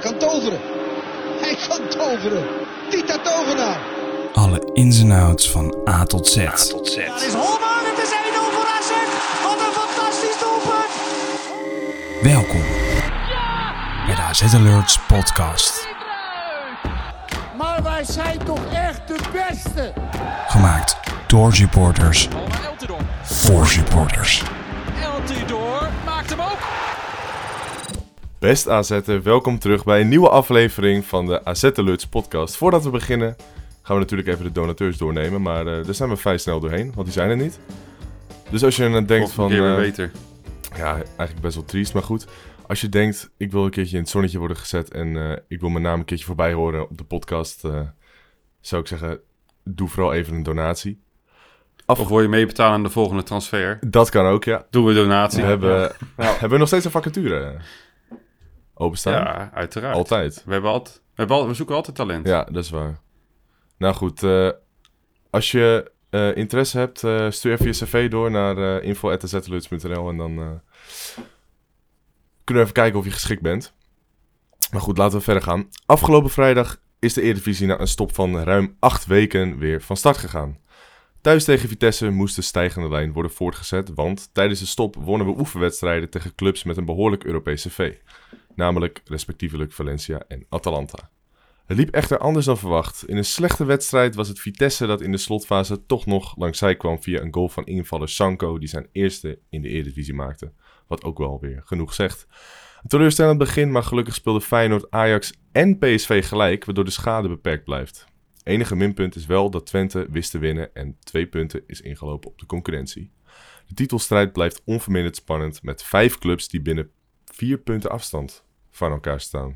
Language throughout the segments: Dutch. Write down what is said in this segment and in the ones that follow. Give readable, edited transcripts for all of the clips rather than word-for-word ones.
kan toveren. Hij kan toveren. Tita Tovenaar. Alle ins en outs van A tot Z. Daar is Holman, het is 1-0 voor AZ. Wat een fantastisch doelpunt. Welkom bij de AZ Alerts podcast. Maar wij zijn toch echt de beste. Gemaakt door supporters voor supporters. Eltidoor maakt hem ook. Best AZ'er, welkom terug bij een nieuwe aflevering van de AZ Alerts podcast. Voordat we beginnen gaan we natuurlijk even de donateurs doornemen, maar daar zijn we vrij snel doorheen, want die zijn er niet. Dus als je dan denkt van... weer beter. Ja, eigenlijk best wel triest, maar goed. Als je denkt, ik wil een keertje in het zonnetje worden gezet en ik wil mijn naam een keertje voorbij horen op de podcast, zou ik zeggen, doe vooral even een donatie. Of wil je meebetalen aan de volgende transfer? Dat kan ook, ja. Doen we donatie. Hebben we nog steeds een vacature openstaan? Ja, uiteraard. Altijd. We zoeken altijd talent. Ja, dat is waar. Nou goed, als je interesse hebt, stuur even je cv door naar info@azluts.nl en dan kunnen we even kijken of je geschikt bent. Maar goed, laten we verder gaan. Afgelopen vrijdag is de Eredivisie na een stop van ruim 8 weken weer van start gegaan. Thuis tegen Vitesse moest de stijgende lijn worden voortgezet, want tijdens de stop wonnen we oefenwedstrijden tegen clubs met een behoorlijk Europese cv. Namelijk respectievelijk Valencia en Atalanta. Het liep echter anders dan verwacht. In een slechte wedstrijd was het Vitesse dat in de slotfase toch nog langs zij kwam via een goal van invaller Sanko die zijn eerste in de Eredivisie maakte. Wat ook wel weer genoeg zegt. Een teleurstellend begin, maar gelukkig speelde Feyenoord, Ajax en PSV gelijk, waardoor de schade beperkt blijft. Enige minpunt is wel dat Twente wist te winnen en 2 punten is ingelopen op de concurrentie. De titelstrijd blijft onverminderd spannend met 5 clubs die binnen 4 punten afstand van elkaar staan.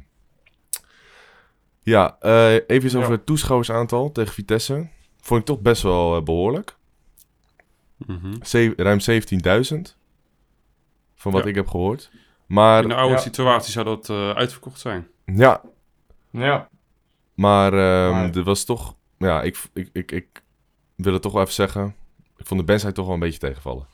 Ja, even over het toeschouwersaantal tegen Vitesse. Vond ik toch best wel behoorlijk. Mm-hmm. Ruim 17.000. Van wat ik heb gehoord. Maar, in de oude situatie zou dat uitverkocht zijn. Ja. Ja. Maar er was toch... Ja, ik wil het toch wel even zeggen. Ik vond de bandside toch wel een beetje tegenvallen.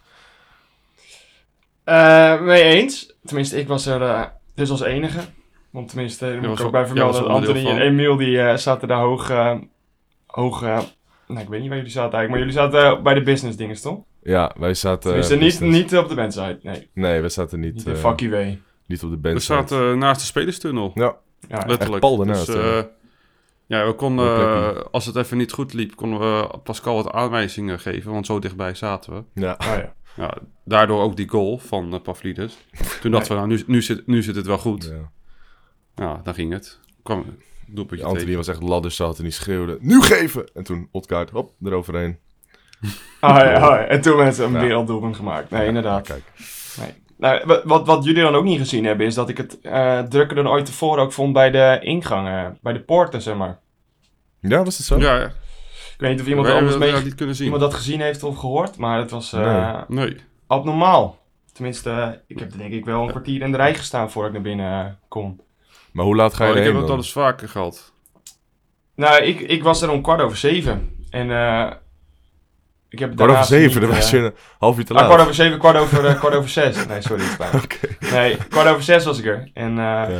Mee eens. Tenminste, ik was er dus als enige. Want tenminste, daar moet ik ook bij vermelden dat Anthony en Emiel die zaten daar hoog nou, ik weet niet waar jullie zaten eigenlijk, maar jullie zaten bij de business dinges, toch? Ja, wij zaten... Tenminste, niet op de bandside, nee. Nee, we zaten niet... Niet de fucky way. Niet op de bandside. We zaten naast de spelerstunnel. Ja, letterlijk. Pal ernaast. Dus, ja, we konden, als het even niet goed liep, konden we Pascal wat aanwijzingen geven, want zo dichtbij zaten we. Ja. Ja, daardoor ook die goal van Pavlidis. Toen dachten we, nou, nu zit het wel goed. Ja. Ja, dan ging het. Doelpuntje Anthony tegen. was echt ladderzat en die schreeuwde, nu geven! En toen Otkaart, hop, eroverheen. En toen werd een werelddoelpunt gemaakt. Nee, inderdaad. Kijk. Nee. Nou, wat jullie dan ook niet gezien hebben, is dat ik het drukker dan ooit tevoren ook vond bij de ingangen, bij de poorten, zeg maar. Ja, was het zo? Ja. Ik weet niet of iemand niet kunnen zien. iemand dat gezien heeft of gehoord, maar het was Nee. abnormaal. Tenminste, ik heb er denk ik wel een kwartier in de rij gestaan voordat ik naar binnen kon. Maar hoe laat ga je Ik erheen heb het dan? al eens vaker gehad. Nou, ik was er om 6:15. En ik heb 7:15, daarnaast dan was je een half uur te laat. 7:15, 6:15. Nee, sorry, het spijt me. Nee, 6:15 was ik er. En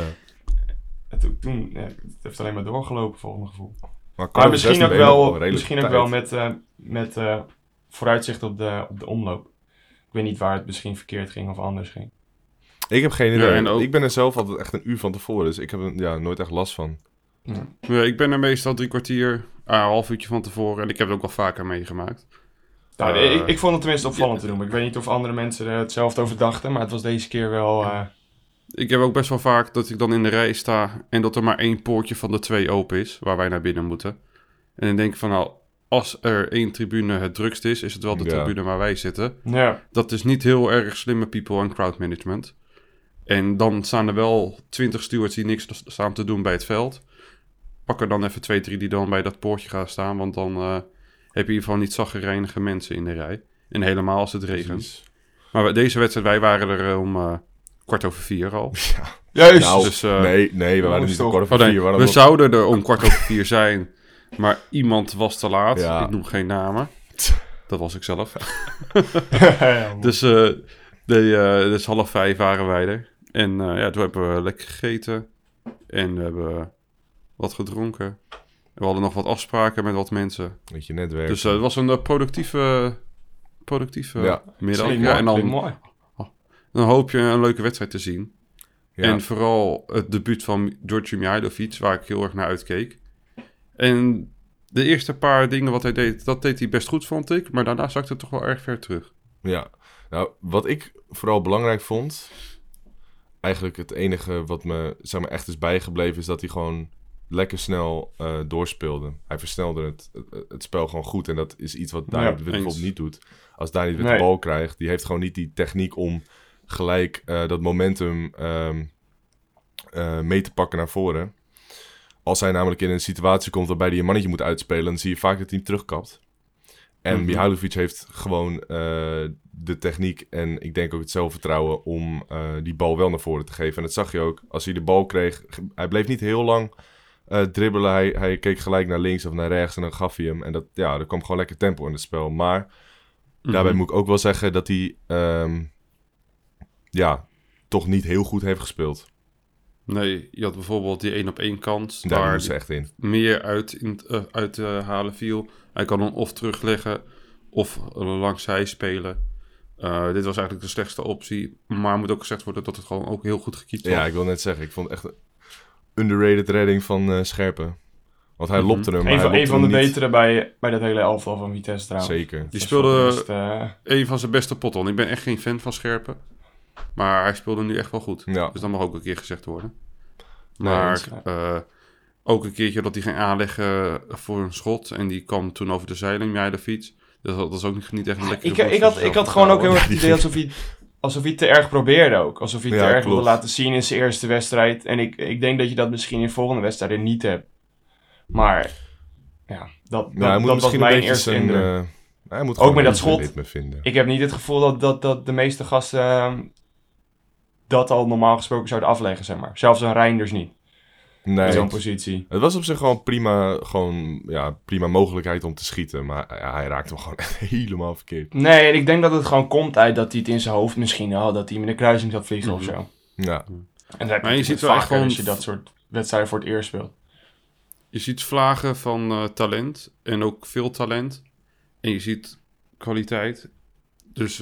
toen het heeft alleen maar doorgelopen, volgens mijn gevoel. Maar misschien ook wel met vooruitzicht op de omloop. Ik weet niet waar het misschien verkeerd ging of anders ging. Ik heb geen idee. en ook... Ik ben er zelf altijd echt een uur van tevoren, dus ik heb er nooit echt last van. Ja, ik ben er meestal 3 kwartier, een half uurtje van tevoren en ik heb het ook wel vaker meegemaakt. Nou, ik vond het tenminste opvallend te noemen. Ik weet niet of andere mensen er hetzelfde over dachten, maar het was deze keer wel... Ik heb ook best wel vaak dat ik dan in de rij sta en dat er maar 1 poortje van de 2 open is, waar wij naar binnen moeten. En dan denk ik van, nou, als er 1 tribune het drukst is het wel de tribune waar wij zitten. Ja. Dat is niet heel erg slimme people en crowd management. En dan staan er wel 20 stewards die niks staan te doen bij het veld. Pak er dan even 2, 3 die dan bij dat poortje gaan staan, want dan heb je in ieder geval niet zaggerijnige mensen in de rij. En helemaal als het regent. Precies. Maar bij deze wedstrijd, wij waren er om 4:15 al. Ja. Juist! Nou, Dus, nee, we waren niet om 4:15. We zouden er om 4:15 zijn, maar iemand was te laat. Ja. Ik noem geen namen. Dat was ik zelf. Ja, dus 4:30 waren wij er. En toen hebben we lekker gegeten. En we hebben wat gedronken. We hadden nog wat afspraken met wat mensen. Weet je, netwerk. Dus het was een productieve middag. Ja, en dan hoop je een leuke wedstrijd te zien. Ja. En vooral het debuut van Djordje Mihailovic, waar ik heel erg naar uitkeek. En de eerste paar dingen wat hij deed, dat deed hij best goed, vond ik. Maar daarna zakte het toch wel erg ver terug. Ja, nou, wat ik vooral belangrijk vond... Eigenlijk het enige wat me echt is bijgebleven... is dat hij gewoon lekker snel doorspeelde. Hij versnelde het spel gewoon goed. En dat is iets wat Dani bijvoorbeeld niet doet. Als Dani de bal krijgt... die heeft gewoon niet die techniek om gelijk dat momentum mee te pakken naar voren. Als hij namelijk in een situatie komt waarbij hij een mannetje moet uitspelen... dan zie je vaak dat hij hem terugkapt. En Mihailovic heeft gewoon de techniek en ik denk ook het zelfvertrouwen om die bal wel naar voren te geven. En dat zag je ook. Als hij de bal kreeg, hij bleef niet heel lang dribbelen. Hij keek gelijk naar links of naar rechts en dan gaf hij hem. En er kwam gewoon lekker tempo in het spel. Maar daarbij moet ik ook wel zeggen dat hij toch niet heel goed heeft gespeeld. Nee, je had bijvoorbeeld die 1-op-1 kans. Daar moest ze echt in. Meer uit te halen viel. Hij kan hem of terugleggen of langs hij spelen. Dit was eigenlijk de slechtste optie. Maar moet ook gezegd worden dat het gewoon ook heel goed gekiept was. Ja, ik wil net zeggen. Ik vond het echt een underrated redding van Scherpen. Want hij lopte hem. Een van de betere bij dat hele elftal van Vitesse trouwens. Zeker. Die speelde een van zijn beste potten. Ik ben echt geen fan van Scherpen. Maar hij speelde nu echt wel goed. Ja. Dus dat mag ook een keer gezegd worden. Maar ook een keertje dat hij ging aanleggen voor een schot. En die kwam toen over de zeiling, Mihailovic. Dus dat is ook niet echt een lekker... Ik had gewoon ook heel erg het idee alsof hij te erg probeerde ook. Alsof hij te erg wilde laten zien in zijn eerste wedstrijd. En ik denk dat je dat misschien in volgende wedstrijden niet hebt. Maar ja, dat was mijn eerste indruk. Hij moet ook met dat schot. Ritme vinden. Ik heb niet het gevoel dat de meeste gasten dat al normaal gesproken zouden afleggen, zeg maar. Zelfs een Reinders niet. Nee. In zo'n positie. Het was op zich gewoon prima mogelijkheid om te schieten. Maar hij raakte hem gewoon echt helemaal verkeerd. Nee, en ik denk dat het gewoon komt uit dat hij het in zijn hoofd misschien had. Dat hij met een kruising zat vliegen of zo. Ja. En dat heb je ziet wel vaker als je dat soort wedstrijden voor het eerst speelt. Je ziet vlagen van talent. En ook veel talent. En je ziet kwaliteit. Dus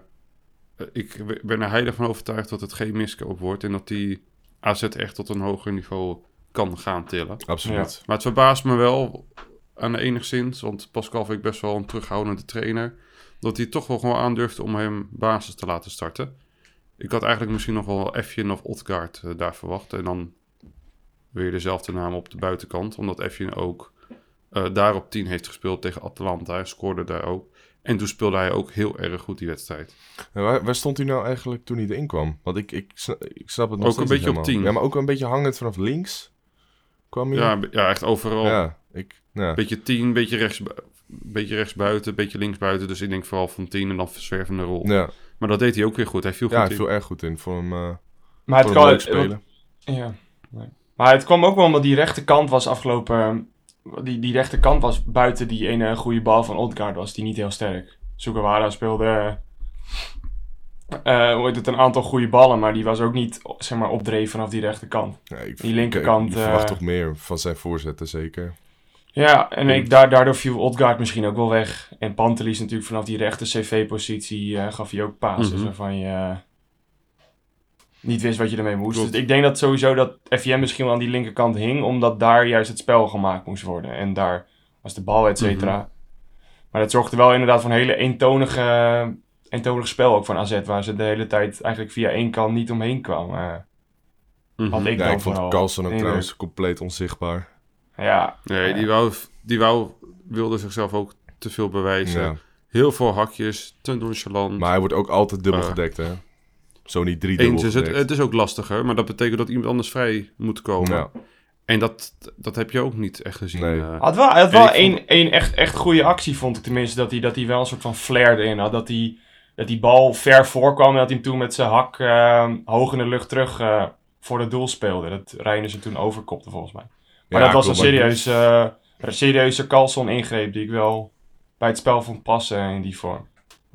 ik ben er heilig van overtuigd dat het geen miskoop wordt. En dat die AZ echt tot een hoger niveau kan gaan tillen. Absoluut. Ja. Maar het verbaast me wel aan de enigszins. Want Pascal vind ik best wel een terughoudende trainer. Dat hij toch wel gewoon aandurfde om hem basis te laten starten. Ik had eigenlijk misschien nog wel Efjen of Odgaard daar verwacht. En dan weer dezelfde naam op de buitenkant. Omdat Efjen ook daar op 10 heeft gespeeld tegen Atalanta. Hij scoorde daar ook. En toen speelde hij ook heel erg goed die wedstrijd. Waar stond hij nou eigenlijk toen hij erin kwam? Want ik snap het nog ook een beetje op 10. Ja, maar ook een beetje hangend vanaf links kwam hij. Ja, echt overal. Ja. Beetje 10, beetje rechts buiten, beetje links buiten. Dus ik denk vooral van 10 en dan verzwervende rol. Ja. Maar dat deed hij ook weer goed. Hij viel goed in. Ja, hij viel erg goed in. Voor hem, maar het kan spelen. Ja. Nee. Maar het kwam ook wel omdat die rechterkant was afgelopen... Die rechterkant was buiten die ene goede bal van Odgaard was die niet heel sterk. Sugawara speelde een aantal goede ballen, maar die was ook niet zeg maar opdreven vanaf die rechterkant. Ja, die linkerkant... Ik verwacht toch meer van zijn voorzetten, zeker. Ja, en daardoor viel Odgaard misschien ook wel weg. En Pantelis natuurlijk vanaf die rechter CV-positie gaf hij ook pases waarvan je niet wist wat je ermee moest. Dus ik denk dat sowieso dat FVM misschien wel aan die linkerkant hing, omdat daar juist het spel gemaakt moest worden. En daar was de bal, et cetera. Maar dat zorgde wel inderdaad voor een hele eentonig spel ook van AZ, waar ze de hele tijd eigenlijk via één kant niet omheen kwamen. Ik vond Carlsen ook trouwens compleet onzichtbaar. Ja. Nee, die wilde zichzelf ook te veel bewijzen. Ja. Heel veel hakjes, te nonchalant. Maar hij wordt ook altijd dubbel gedekt, hè? Zo niet 3 dubbel gedekt. Het is ook lastiger, maar dat betekent dat iemand anders vrij moet komen. Ja. En dat heb je ook niet echt gezien. Nee. Hij had wel één echt goede actie, vond ik tenminste. Dat hij wel een soort van flair erin had. Dat die bal ver voorkwam en dat hij hem toen met zijn hak hoog in de lucht terug voor het doel speelde. Dat Reinders hem toen overkopte volgens mij. Maar dat was een serieuze Carlson ingreep die ik wel bij het spel vond passen in die vorm.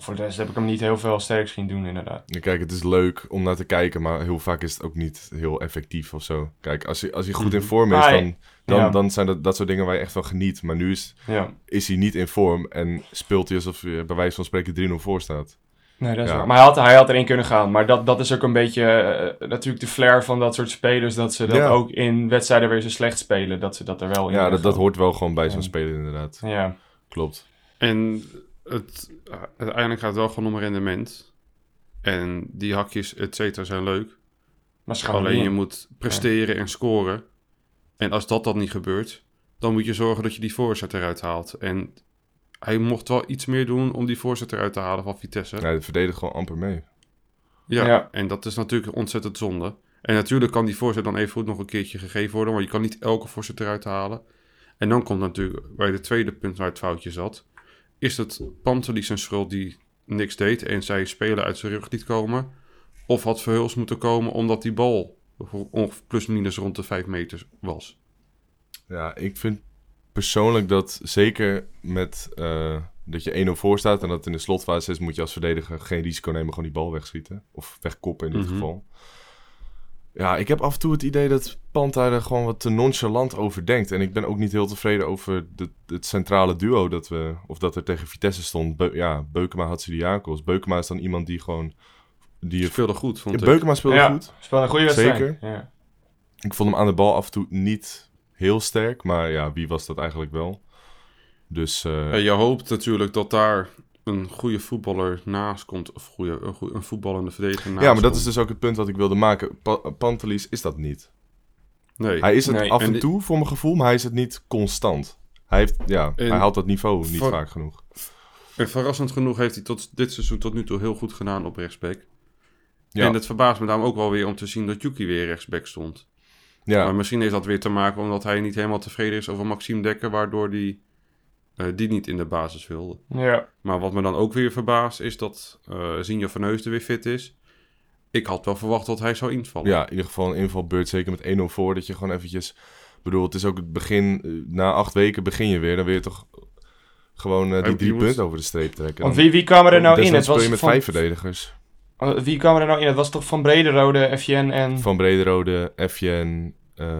Voor de rest heb ik hem niet heel veel sterks zien doen, inderdaad. Ja, kijk, het is leuk om naar te kijken, maar heel vaak is het ook niet heel effectief of zo. Kijk, als hij goed in vorm is, dan zijn dat soort dingen waar je echt van geniet. Maar nu is hij niet in vorm en speelt hij alsof je bij wijze van spreken 3-0 voor staat. Nee, dat is waar. Maar hij had erin kunnen gaan. Maar dat is ook een beetje natuurlijk de flair van dat soort spelers. Dat ze dat ook in wedstrijden weer zo slecht spelen. Dat ze dat er wel in Ja, dat hoort wel gewoon bij zo'n speler inderdaad. Ja. Klopt. En uiteindelijk gaat het wel gewoon om rendement. En die hakjes, et cetera, zijn leuk. Maar alleen je moet presteren en scoren. En als dat dan niet gebeurt, dan moet je zorgen dat je die voorzet eruit haalt. En hij mocht wel iets meer doen om die voorzet eruit te halen van Vitesse. Ja, hij verdedigt gewoon amper mee. Ja, en dat is natuurlijk ontzettend zonde. En natuurlijk kan die voorzet dan even goed nog een keertje gegeven worden, maar je kan niet elke voorzet eruit halen. En dan komt natuurlijk bij de tweede punt waar het foutje zat, is het Pantelis zijn schuld die niks deed en zij spelen uit zijn rug liet komen? Of had Verhulst moeten komen omdat die bal plus minus rond de 5 meter was? Ja, ik vind persoonlijk dat zeker met dat je 1-0 voor staat en dat het in de slotfase is, moet je als verdediger geen risico nemen, gewoon die bal wegschieten. Of wegkoppen in dit geval. Ja, ik heb af en toe het idee dat Panta er gewoon wat te nonchalant over denkt. En ik ben ook niet heel tevreden over het centrale duo dat er tegen Vitesse stond. Beukema, Hatsidiakos. Beukema is dan iemand die gewoon... speelde goed, vond ik. Beukema speelde goed. Speelde een goede wedstrijd. Zeker. Ja. Ik vond hem aan de bal af en toe niet heel sterk. Maar ja, wie was dat eigenlijk wel? Dus... je hoopt natuurlijk dat daar een goede voetballer naast komt. Of een voetballende verdediger naast. Ja, maar dat is dus ook het punt wat ik wilde maken. Pantelis is dat niet. Nee. Hij is het af en toe, voor mijn gevoel, maar hij is het niet constant. Hij haalt dat niveau niet vaak genoeg. En verrassend genoeg heeft hij dit seizoen tot nu toe heel goed gedaan op rechtsback. Ja. En het verbaast me daarom ook wel weer om te zien dat Yuki weer rechtsback stond. Ja. Maar misschien heeft dat weer te maken omdat hij niet helemaal tevreden is over Maxime Dekker, waardoor die niet in de basis wilde. Ja. Maar wat me dan ook weer verbaast is dat Zinho van Heusden weer fit is. Ik had wel verwacht dat hij zou invallen. Ja, in ieder geval een invalbeurt, zeker met 1-0 voor, dat je gewoon eventjes... Ik bedoel, het is ook het begin, na 8 weken begin je weer, dan wil je toch gewoon die 3 punten over de streep trekken. Want wie kwam er nou in? Het speel je met 5 verdedigers. Wie kwam er nou in? Het was toch Van Brederode, Efjen en... Van Brederode, Efjen...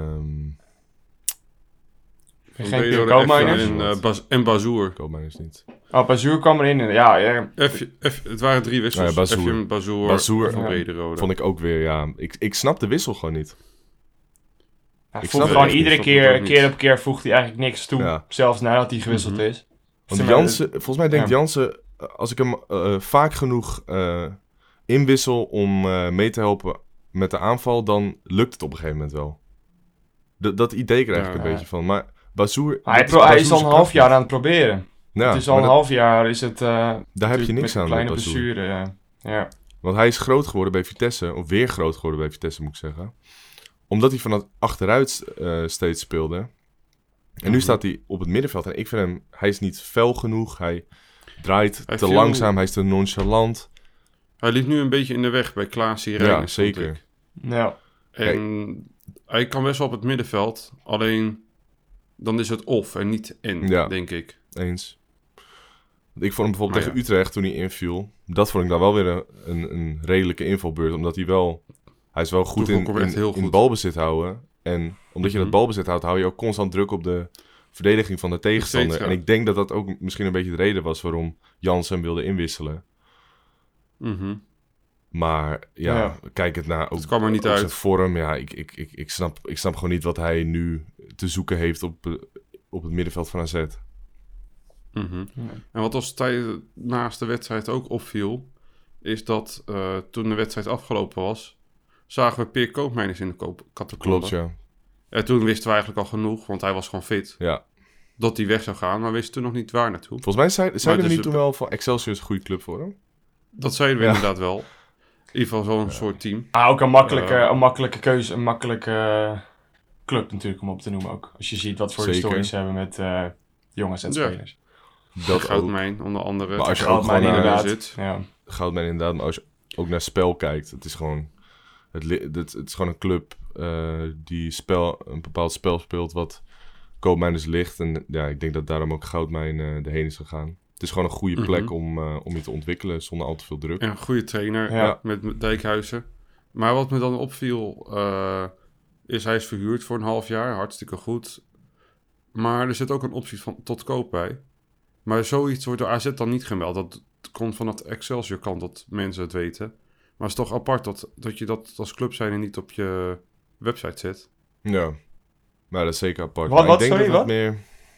Geen Koopmeiners? En Bazoer. Koopmeiners niet. Oh, Bazoer kwam erin. Ja. Het waren 3 wissels. Ja, Efjen, Bazoer en Van Brederode. Vond ik ook weer, ja. Ik snap de wissel gewoon niet. Ja, gewoon iedere keer voegt hij eigenlijk niks toe. Ja. Zelfs nadat hij gewisseld is. Want Jansen, volgens mij denkt Jansen, als ik hem vaak genoeg inwissel om mee te helpen met de aanval, dan lukt het op een gegeven moment wel. Dat idee krijg ik een beetje van. Maar Bazoer... Hij is al een half jaar aan het proberen. Ja, het is al een half jaar, is het... daar heb je niks aan. Kleine blessure, ja. Want hij is groot geworden bij Vitesse, of weer groot geworden bij Vitesse, moet ik zeggen. Omdat hij van achteruit steeds speelde. En nu staat hij op het middenveld. En ik vind hem, hij is niet fel genoeg. Hij draait te langzaam, hij is te nonchalant. Hij liep nu een beetje in de weg bij Klaas hier. Ja, zeker. Ja. En hij kan best wel op het middenveld. Alleen, dan is het of en niet en, denk ik. Eens. Ik vond hem bijvoorbeeld tegen Utrecht toen hij inviel. Dat vond ik dan wel weer een redelijke invalbeurt. Omdat hij is wel goed in balbezit houden. En omdat je dat balbezit houdt, hou je ook constant druk op de verdediging van de tegenstander. Steeds, en ik denk dat dat ook misschien een beetje de reden was waarom Jansen hem wilde inwisselen. Maar kijk het naar het kwam er niet uit. Zijn vorm. Ja, ik snap gewoon niet wat hij nu te zoeken heeft op het middenveld van AZ. En wat ons naast de wedstrijd ook opviel, is dat toen de wedstrijd afgelopen was, zagen we Peer Koopmeiners in de catacombe. Klopt, ja. En toen wisten we eigenlijk al genoeg, want hij was gewoon fit. Ja. Dat hij weg zou gaan, maar wisten toen nog niet waar naartoe. Volgens mij zeiden we niet toen wel van Excelsior is een goede club voor hem. Dat zeiden we inderdaad wel. In ieder geval zo'n soort team. Ook een makkelijke keuze, een makkelijke club natuurlijk om op te noemen ook. Als je ziet wat voor histories ze hebben met jongens en spelers. Dat Goudmijn onder andere. Maar als je Goudmijn inderdaad zit. Goudmijn inderdaad, maar als je ook naar spel kijkt, het is gewoon het is gewoon een club die een bepaald spel speelt wat Koopmeiners ligt. En ja, ik denk dat daarom ook Goudmijn erheen is gegaan. Het is gewoon een goede plek om je te ontwikkelen zonder al te veel druk. En een goede trainer met Dijkhuizen. Maar wat me dan opviel, is hij is verhuurd voor een half jaar. Hartstikke goed. Maar er zit ook een optie van tot koop bij. Maar zoiets wordt door AZ dan niet gemeld. Dat komt van het Excelsior kant dat mensen het weten. Maar het is toch apart dat je dat als club zijn en niet op je website zet. Ja, maar dat is zeker apart. Wat ik denk sorry, dat meer...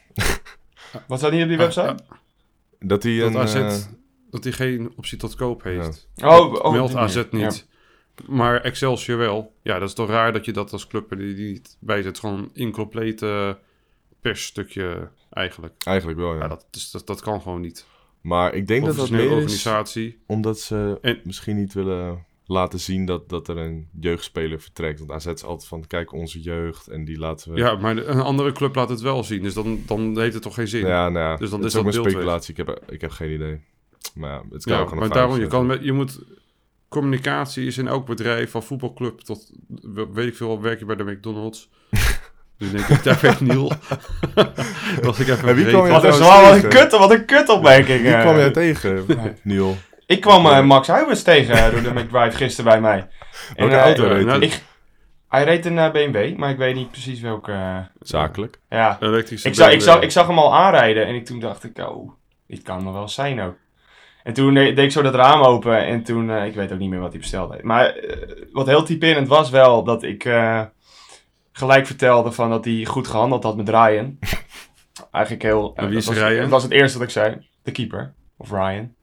Wat staat niet op die website? Dat hij AZ dat hij geen optie tot koop heeft. Ja. Meldt AZ niet. Ja. Maar Excelsior wel. Ja, dat is toch raar dat je dat als club er niet bij zet. Gewoon een incomplete persstukje eigenlijk. Eigenlijk wel, ja. Dat kan gewoon niet. Maar ik denk dat dat meer organisatie. Is omdat ze misschien niet willen laten zien dat er een jeugdspeler vertrekt. Want AZ is altijd van, kijk, onze jeugd en die laten we... Ja, maar een andere club laat het wel zien. Dus dan heeft het toch geen zin. Ja, nou ja. Dus dan het is dat ook een beeld speculatie. Ik heb geen idee. Maar ja, het kan gewoon maar daarom, je moet... Communicatie is in elk bedrijf, van voetbalclub tot, weet ik veel, werk je bij de McDonald's. Dus denk ik, daar weet Niel. Was ik even vergeten. Wat een kutopmerking. Wie kwam jij tegen, Niel? Ik kwam Max Huibers tegen door de McDrive gisteren bij mij. Welke auto reed hij? Hij reed een BMW, maar ik weet niet precies welke... Zakelijk? Ja. Elektrische ik zag hem al aanrijden en toen dacht ik, dit kan nog wel zijn ook. En toen deed ik zo dat raam open en toen, ik weet ook niet meer wat hij besteld heeft. Maar wat heel typerend was wel dat ik gelijk vertelde van dat hij goed gehandeld had met Ryan. Eigenlijk heel... wie is Ryan? Dat was het eerste wat ik zei. De keeper. Of Ryan.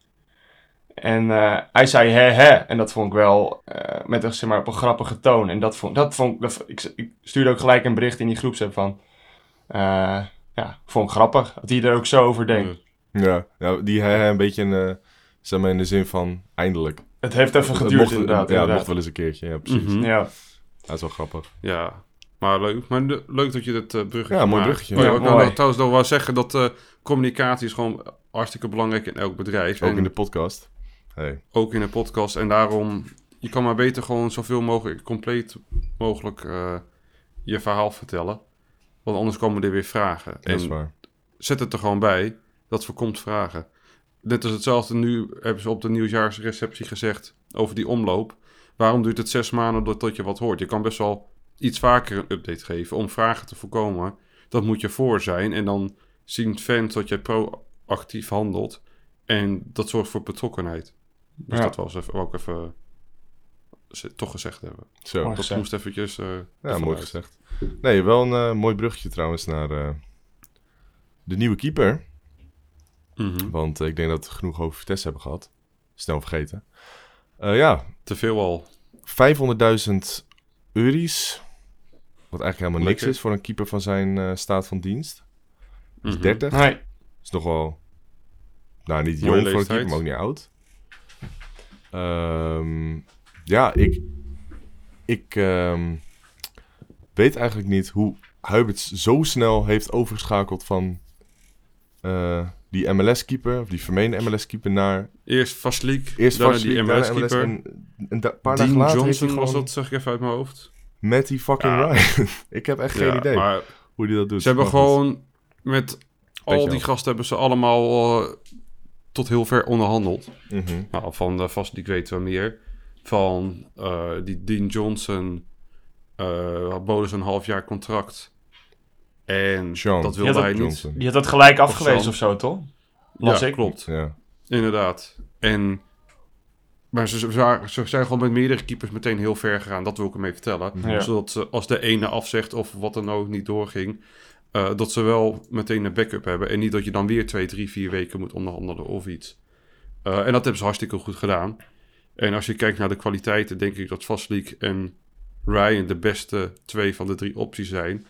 En hij zei hè. En dat vond ik wel met een, zeg maar, op een grappige toon. En ik stuurde ook gelijk een bericht in die groepsapp van... vond ik grappig. Dat hij er ook zo over denkt. Ja, die een beetje zeg maar in de zin van eindelijk. Het heeft even geduurd inderdaad. Ja, het mocht wel eens een keertje. Ja, precies. Mm-hmm. Ja. Dat is wel grappig. Ja, maar leuk. Maar leuk dat je dit bruggetje maakt. Ja, mooi bruggetje. Ik trouwens nog wel zeggen dat communicatie is gewoon hartstikke belangrijk in elk bedrijf. Ook in de podcast. Hey. Ook in de podcast. En daarom, je kan maar beter gewoon zoveel mogelijk, compleet mogelijk je verhaal vertellen. Want anders komen er weer vragen. Dat is waar. Zet het er gewoon bij. Dat voorkomt vragen. Net als hetzelfde nu hebben ze op de nieuwjaarsreceptie gezegd over die omloop. Waarom duurt het 6 maanden tot je wat hoort? Je kan best wel iets vaker een update geven om vragen te voorkomen. Dat moet je voor zijn. En dan zien fans dat jij proactief handelt. En dat zorgt voor betrokkenheid. Dus dat was ook even toch gezegd hebben. Zo. Dat moest eventjes... mooi gezegd. Nee, wel een mooi bruggetje trouwens naar de nieuwe keeper. Mm-hmm. Want ik denk dat we genoeg over Vitesse hebben gehad. Snel vergeten. Te veel al. 500.000 euro's. Wat eigenlijk helemaal niks is voor een keeper van zijn staat van dienst. Dus 30. Nee. Is nog wel... Nou, niet jong voor een keeper, maar ook niet oud. Ik weet eigenlijk niet hoe Huiberts zo snel heeft overgeschakeld van die MLS-keeper, of die vermeende MLS-keeper, naar... Eerst Vasliek, daarna die MLS-keeper. En een paar dagen later Johnson was dat, zeg ik even uit mijn hoofd. Met die fucking Ryan. Ik heb echt geen idee hoe die dat doet. Ze hebben gewoon met al die gasten hebben ze allemaal tot heel ver onderhandeld. Mm-hmm. Nou, van Vasliek weten we meer. Van die Dean Johnson boden ze een half jaar contract. En Sean, dat wilde hij niet. Die had dat gelijk afgewezen of zo, toch? Ja, klopt. Ja. Inderdaad. Maar ze zijn gewoon met meerdere keepers meteen heel ver gegaan. Dat wil ik hem even vertellen. Ja. Zodat ze, als de ene afzegt of wat dan ook niet doorging... dat ze wel meteen een backup hebben. En niet dat je dan weer 2, 3, 4 weken moet onderhandelen of iets. En dat hebben ze hartstikke goed gedaan. En als je kijkt naar de kwaliteiten... denk ik dat Vasliek en Ryan de beste 2 van de 3 opties zijn.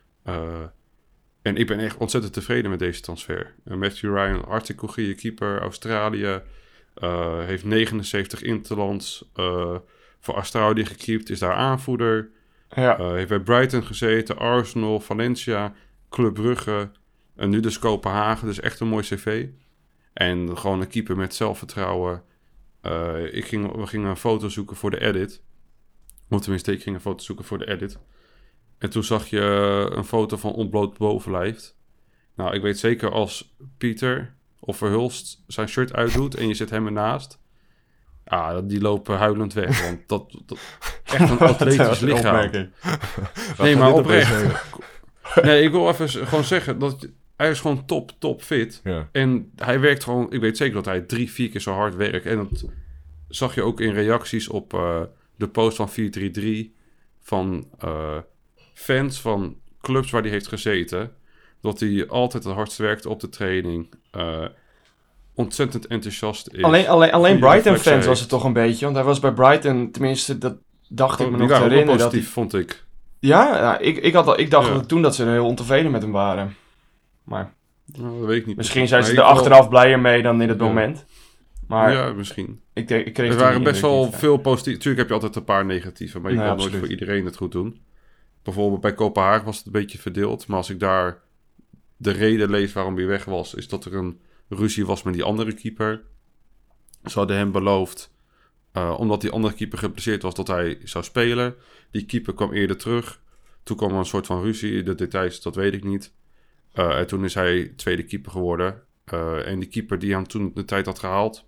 En ik ben echt ontzettend tevreden met deze transfer. Matthew Ryan, hartstikke goede keeper. Australië. Heeft 79 interlands. Voor Australië gekiept. Is daar aanvoerder. Ja. Heeft bij Brighton gezeten. Arsenal, Valencia, Club Brugge. En nu dus Kopenhagen. Dus echt een mooi cv. En gewoon een keeper met zelfvertrouwen. We gingen een foto zoeken voor de edit. Of tenminste, ik ging een foto zoeken voor de edit. En toen zag je een foto van ontbloot bovenlijf. Nou, ik weet zeker als Pieter of Verhulst zijn shirt uitdoet en je zet hem ernaast. Die lopen huilend weg. Want dat echt een atletisch lichaam. Nee, maar oprecht. Nee, ik wil even gewoon zeggen dat hij is gewoon top fit. Ja. En hij werkt gewoon, ik weet zeker dat hij 3-4 keer zo hard werkt. En dat zag je ook in reacties op de post van 433 van fans van clubs waar hij heeft gezeten. Dat hij altijd het hardst werkt op de training. Ontzettend enthousiast is. Alleen Brighton-fans was het toch een beetje. Want hij was bij Brighton, tenminste, dat dacht ik me nog te herinneren. Positief, vond ik. Ja, ik dacht toen dat ze er heel ontevreden met hem waren. Maar dat weet ik niet. Misschien zijn ze er achteraf blijer mee dan in het moment. Maar ja, misschien. Ik kreeg er waren best wel veel positieve. Tuurlijk heb je altijd een paar negatieve, maar je kan nooit voor iedereen het goed doen. Bijvoorbeeld bij Kopenhagen was het een beetje verdeeld. Maar als ik daar de reden lees waarom hij weg was, is dat er een ruzie was met die andere keeper. Ze hadden hem beloofd, omdat die andere keeper geblesseerd was, dat hij zou spelen. Die keeper kwam eerder terug. Toen kwam er een soort van ruzie. De details, dat weet ik niet. En toen is hij tweede keeper geworden. En die keeper die hem toen de tijd had gehaald,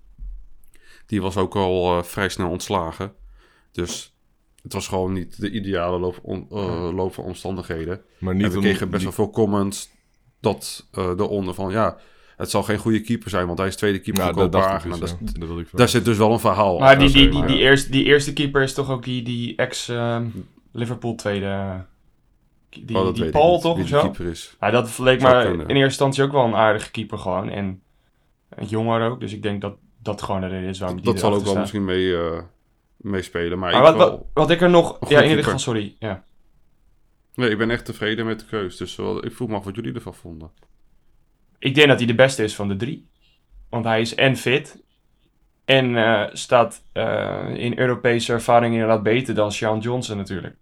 die was ook al vrij snel ontslagen. Dus het was gewoon niet de ideale loop van omstandigheden. Maar niet en we kregen best wel veel comments eronder van het zal geen goede keeper zijn, want hij is tweede keeper van Kopenhagen. Daar zit dus wel een verhaal. Maar die eerste keeper is toch ook die ex-Liverpool tweede... Die Paul toch? Wie de keeper is. Ja, dat leek maar in eerste instantie ook wel een aardige keeper gewoon. En jonger ook. Dus ik denk dat dat gewoon de reden is waarom die dat zal ook wel misschien meespelen. Maar wat ik er nog... Ja, in ieder geval, sorry. Ja. Nee, ik ben echt tevreden met de keus. Dus ik voel me af wat jullie ervan vonden. Ik denk dat hij de beste is van de 3. Want hij is en fit. En staat in Europese ervaring inderdaad beter dan Sean Johnson natuurlijk.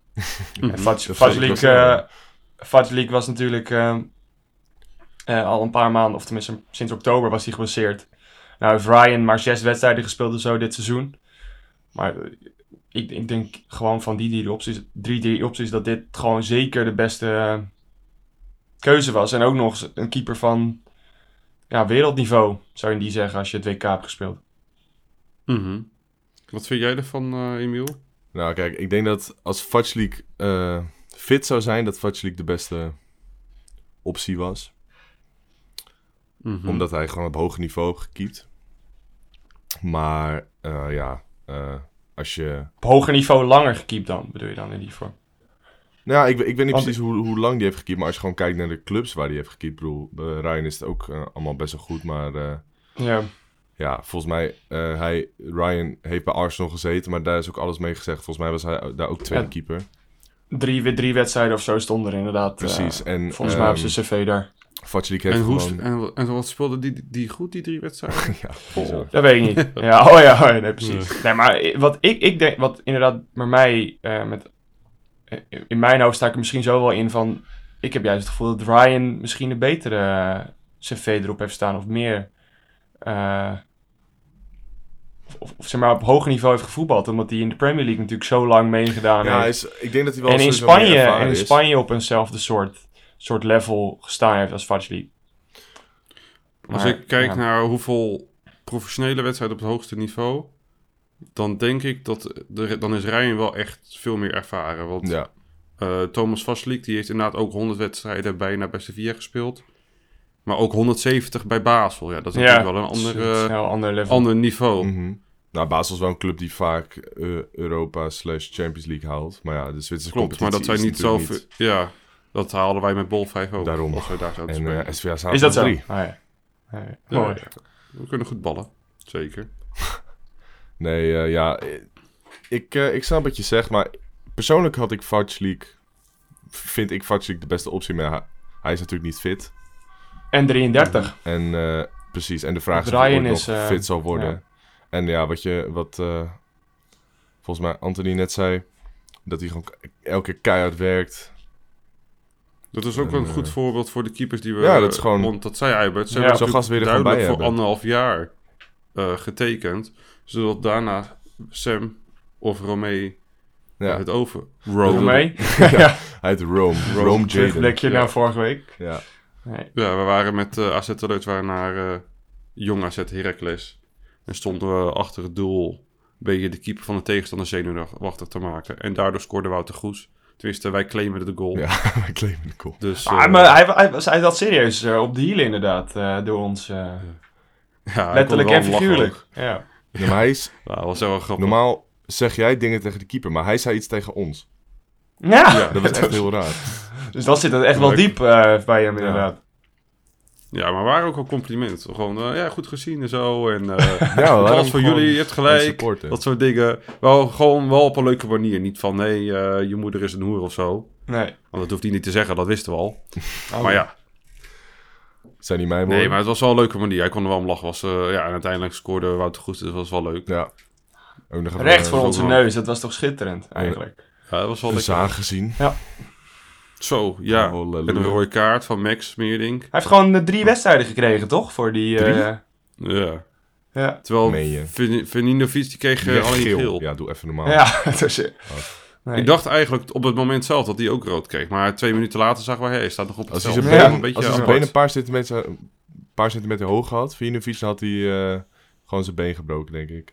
Vajlik was natuurlijk al een paar maanden, of tenminste sinds oktober was hij geblesseerd. Nou heeft Ryan maar 6 wedstrijden gespeeld of zo dit seizoen. Maar ik denk gewoon van die drie opties dat dit gewoon zeker de beste keuze was. En ook nog een keeper van wereldniveau, zou je die zeggen, als je het WK hebt gespeeld. Mm-hmm. Wat vind jij ervan, Emiel? Nou, kijk, ik denk dat als Vajlik fit zou zijn, dat Vajlik de beste optie was. Mm-hmm. Omdat hij gewoon op hoog niveau heeft gekiept. Maar als je... Op hoger niveau langer gekiept dan, bedoel je dan in die vorm? Nou, ik weet niet precies hoe lang die heeft gekiept, maar als je gewoon kijkt naar de clubs waar die heeft gekiept, bedoel, Ryan is het ook allemaal best wel goed, maar... Ja, volgens mij, Ryan heeft bij Arsenal gezeten, maar daar is ook alles mee gezegd. Volgens mij was hij daar ook tweede keeper. Drie wedstrijden of zo stonden er inderdaad. Precies. En volgens mij op zijn cv daar. Vajlik heeft en wat speelde die goed, die 3 wedstrijden? Dat weet ik niet. Ja, nee, precies. Nee, maar wat ik denk, wat inderdaad bij mij, in mijn hoofd sta ik er misschien zo wel in van, ik heb juist het gevoel dat Ryan misschien een betere cv erop heeft staan, of meer... Of zeg maar op hoger niveau heeft gevoetbald, omdat hij in de Premier League natuurlijk zo lang meegedaan heeft. Ik denk dat hij wel en in Spanje op eenzelfde soort level gestaan heeft als Vajlik. Als ik kijk naar hoeveel professionele wedstrijden op het hoogste niveau, dan denk ik dan is Ryan wel echt veel meer ervaren. Want Thomas Vajlik, die heeft inderdaad ook 100 wedstrijden bijna bij Sevilla gespeeld. Maar ook 170 bij Basel. Ja, dat is natuurlijk wel een ander niveau. Mm-hmm. Nou, Basel is wel een club die vaak Europa/Champions League haalt. Maar ja, de Zwitserse competitie maar dat zijn niet zoveel... Ja, dat haalden wij met Bol 5 ook. Daarom. Als wij daar zouden spelen. SVA is dat zo? 3. Mooi. We kunnen goed ballen. Zeker. Nee, ik snap wat je zegt. Maar persoonlijk vind ik Vajlik de beste optie. Maar hij is natuurlijk niet fit. En 33. En precies. En de vraag is of hij nog fit zal worden. Ja. En wat volgens mij Anthony net zei, dat hij gewoon elke keer keihard werkt. Dat is ook een goed voorbeeld voor de keepers die we... Ja, dat is gewoon... Want dat zei Eibert. Ze hebben zo'n gast weer er bij voor 1,5 jaar getekend. Zodat daarna Sam of Romee het over... Romee? Hij heet Rome Jaden. Terugblikje naar vorige week. Ja. Nee. Ja, we waren met AZ Alert naar Jong AZ Heracles. En stonden we achter het doel een beetje de keeper van de tegenstander zenuwachtig te maken. En daardoor scoorde Wouter Goes. Tenminste, wij claimen de goal. Ja, wij claimen de goal. Dus, maar hij zat serieus op de hielen inderdaad, door ons. ja, letterlijk en figuurlijk. Ja. Ja, maar hij is... was wel grappig. Normaal zeg jij dingen tegen de keeper, maar hij zei iets tegen ons. Ja. Dat was echt heel raar. Dus dat zit er echt wel diep bij hem inderdaad. Ja, maar waren ook wel complimenten. Gewoon, goed gezien en zo. En ja, alles voor jullie, je hebt gelijk. Dat soort dingen. Gewoon wel op een leuke manier. Niet van, nee, je moeder is een hoer of zo. Nee. Want dat hoeft hij niet te zeggen, dat wisten we al. Maar ja. Zijn niet mijn woorden? Nee, maar het was wel een leuke manier. Hij kon er wel om lachen. En uiteindelijk scoorde Wouter Goes, dus dat was wel leuk. Ja. Ook nog recht voor onze neus, dat was toch schitterend eigenlijk. Ja, dat was wel lekker. Zaag gezien. Ja. Zo, ja. En een rode kaart van Max Meerdink. Hij heeft gewoon 3 wedstrijden gekregen, toch? Voor die... 3? Ja. Terwijl Verninovic die kreeg alleen geel. Ja, doe even normaal. Ja, dat is het. Nee. Ik dacht eigenlijk op het moment zelf dat hij ook rood kreeg. Maar 2 minuten later zagen we, hij staat nog op het veld. Als hij zijn been een paar centimeter hoog had, Verninovic, dan had hij gewoon zijn been gebroken, denk ik.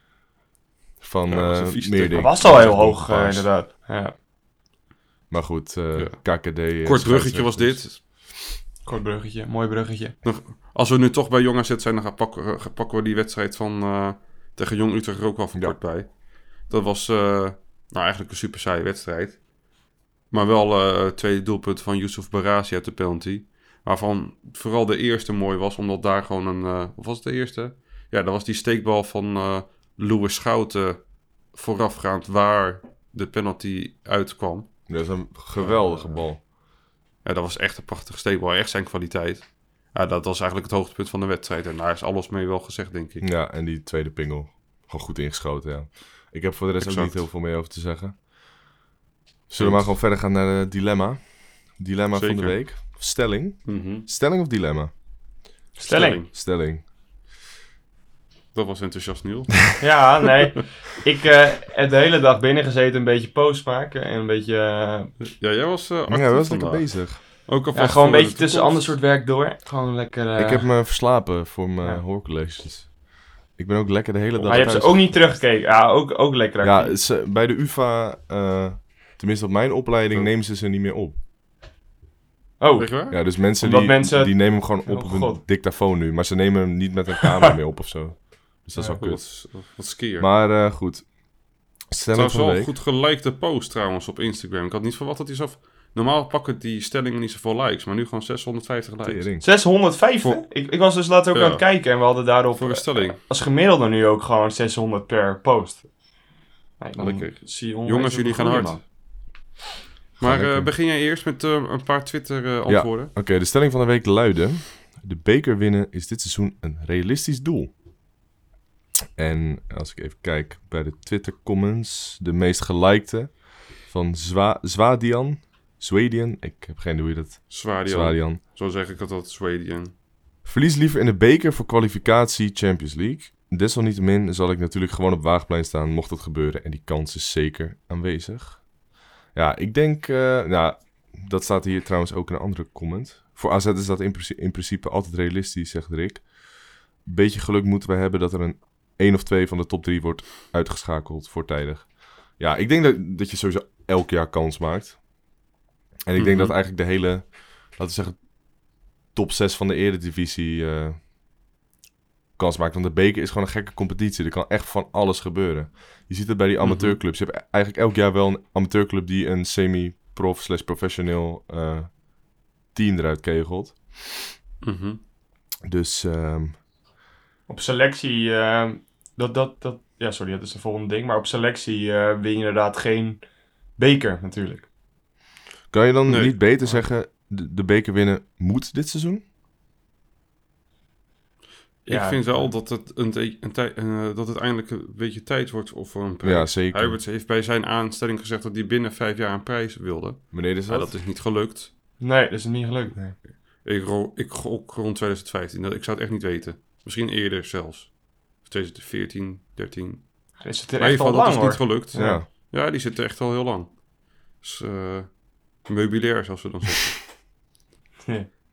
Van Meerdink. Dat was al heel hoog, inderdaad. Ja. Maar goed, KKD... Kort bruggetje was dit. Kort bruggetje, mooi bruggetje. Als we nu toch bij Jong AZ zijn, dan pakken we die wedstrijd van tegen Jong Utrecht er ook wel van kort bij. Dat was eigenlijk een super saaie wedstrijd. Maar wel 2 doelpunten van Yusuf Barazi uit de penalty. Waarvan vooral de eerste mooi was, omdat daar gewoon een... wat was het de eerste? Ja, dat was die steekbal van Louis Schouten voorafgaand waar de penalty uitkwam. Dat is een geweldige bal. Ja, dat was echt een prachtige steekbal. Echt zijn kwaliteit. Ja, dat was eigenlijk het hoogtepunt van de wedstrijd. En daar is alles mee wel gezegd, denk ik. Ja, en die tweede pingel. Gewoon goed ingeschoten, ja. Ik heb voor de rest ook niet heel veel meer over te zeggen. Zullen we maar gewoon verder gaan naar het dilemma? Dilemma van de week. Stelling. Mm-hmm. Stelling of dilemma? Stelling. Dat was enthousiast Niel. Ja, nee. Ik heb de hele dag binnen gezeten, een beetje post maken en een beetje... Ja, jij was lekker bezig. Ook gewoon een beetje tussen ander soort werk door. Gewoon lekker... Ik heb me verslapen voor mijn hoorcolleges. Ik ben ook lekker de hele dag Maar je hebt ze ook niet teruggekeken? Ja, ook lekker actief. Ja, bij de UvA, tenminste op mijn opleiding, nemen ze niet meer op. Oh. Ja, dus mensen die nemen hem gewoon op hun dictafoon nu. Maar ze nemen hem niet met een camera meer op of zo. Dus dat is wel kut. Wat skeer. Maar goed. Het was wel een goed gelikte post trouwens op Instagram. Ik had niet verwacht dat hij zo... Normaal pakken die stellingen niet zoveel likes, maar nu gewoon 650 likes. 650? Ik was dus later ook aan het kijken en we hadden daarop... Voor een stelling. Als gemiddelde nu ook gewoon 600 per post. Lekker. Jongens, jullie gaan hard. Maar begin jij eerst met een paar Twitter-antwoorden? Ja, oké. De stelling van de week luidde... De beker winnen is dit seizoen een realistisch doel. En als ik even kijk bij de Twitter-comments... De meest gelikte van Zwadian... Zwedian, ik heb geen idee hoe je dat... Zwadian. Zo zeg ik dat Zwedian. Verlies liever in de beker voor kwalificatie Champions League. Desalniettemin zal ik natuurlijk gewoon op Waagplein staan, mocht het gebeuren. En die kans is zeker aanwezig. Ja, ik denk... dat staat hier trouwens ook in een andere comment. Voor AZ is dat in principe altijd realistisch, zegt Rick. Beetje geluk moeten we hebben dat er een 1 of 2 van de top 3 wordt uitgeschakeld voortijdig. Ja, ik denk dat je sowieso elk jaar kans maakt. En ik denk dat eigenlijk de hele, laten we zeggen, top 6 van de Eredivisie kans maakt. Want de beker is gewoon een gekke competitie. Er kan echt van alles gebeuren. Je ziet het bij die amateurclubs. Je hebt eigenlijk elk jaar wel een amateurclub die een semi-prof/professioneel team eruit kegelt. Dus... Op selectie, ja, sorry, dat is de volgende ding. Maar op selectie win je inderdaad geen beker natuurlijk. Kan je dan niet beter zeggen, de beker winnen moet dit seizoen? Ik vind wel dat het eindelijk een beetje tijd wordt voor een prijs. Ja, zeker. Huibert heeft bij zijn aanstelling gezegd dat hij binnen 5 jaar een prijs wilde. Wanneer is dat? Dat is niet gelukt. Nee, dat is niet gelukt. Nee. Ik gok rond 2015. Ik zou het echt niet weten. Misschien eerder zelfs. Of 2014, 13. Is het er echt al lang, dat is hoor. niet gelukt. Ja, die zit er echt al heel lang. Dus meubilair, zoals we dan zeggen.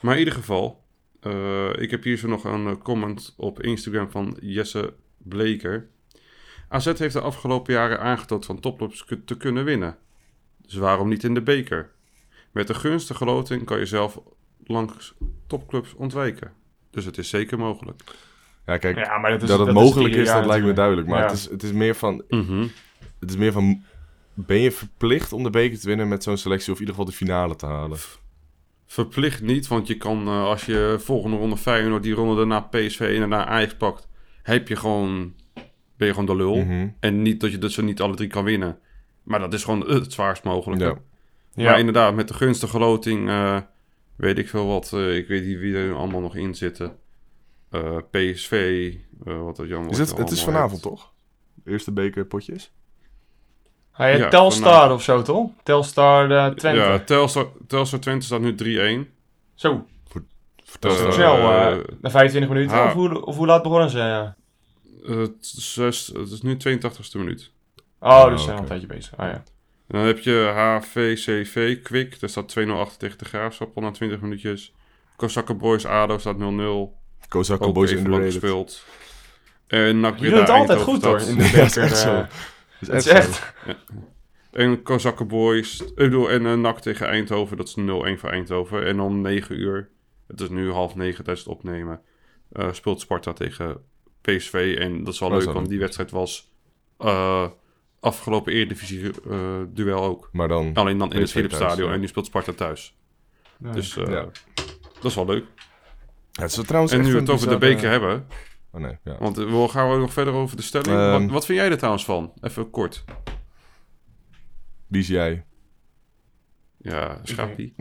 Maar in ieder geval, ik heb hier zo nog een comment op Instagram van Jesse Bleker. AZ heeft de afgelopen jaren aangetoond van topclubs te kunnen winnen. Dus waarom niet in de beker? Met een gunstige loting kan je zelf langs topclubs ontwijken. Dus het is zeker mogelijk. Ja, kijk, Ja, maar dat het mogelijk is, dat lijkt me natuurlijk. duidelijk. Maar Ja. het is meer van... Het is meer van... Ben je verplicht om de beker te winnen met zo'n selectie... of in ieder geval de finale te halen? Verplicht niet, want je kan als je volgende ronde Feyenoord, die ronde daarna PSV en daarna Ajax pakt, ben je gewoon de lul. En niet dat je ze niet alle 3 kan winnen. Maar dat is gewoon het zwaarst mogelijke. Ja. Ja. Maar inderdaad, met de gunstige loting weet ik veel wat. Ik weet niet wie er allemaal nog in zitten. PSV, wat dat jammer. Het is vanavond, toch? De eerste bekerpotjes? Ja, Telstar of zo, toch? Telstar Twente. Ja, Telstar Twente staat nu 3-1. Zo, Vertel snel. Na 25 minuten. Of hoe laat begonnen ze? Ja. Het is nu 82e minuut. Oh, dus zijn al een tijdje bezig. Oh, ja. En dan heb je HVCV Kwik. Daar staat 2-0 achter tegen de Graafschap al na 20 minuutjes. Kozakken Boys ADO staat 0-0. Kozakken Boys in de gespeeld. En NAC Je doet het altijd goed hoor. In de beker. Ja, dat is echt zo. Het is echt. Ja. En Kozakken Boys. En NAC tegen Eindhoven. Dat is 0-1 voor Eindhoven. En om 9 uur. Het is nu 8:30 tijdens het opnemen. Speelt Sparta tegen PSV. En dat is wel leuk, want die wedstrijd was afgelopen Eredivisie duel ook. Maar dan alleen dan in het PSV Philipsstadion. thuis, ja. En nu speelt Sparta thuis. Nee. Dus Ja. dat is wel leuk. Ja, het is trouwens En echt nu we een het over de bizarre- beker hebben. Oh nee, ja. Want gaan we nog verder over de stelling? Wat vind jij er trouwens van? Even kort. Wie is jij? Ja, Schapie.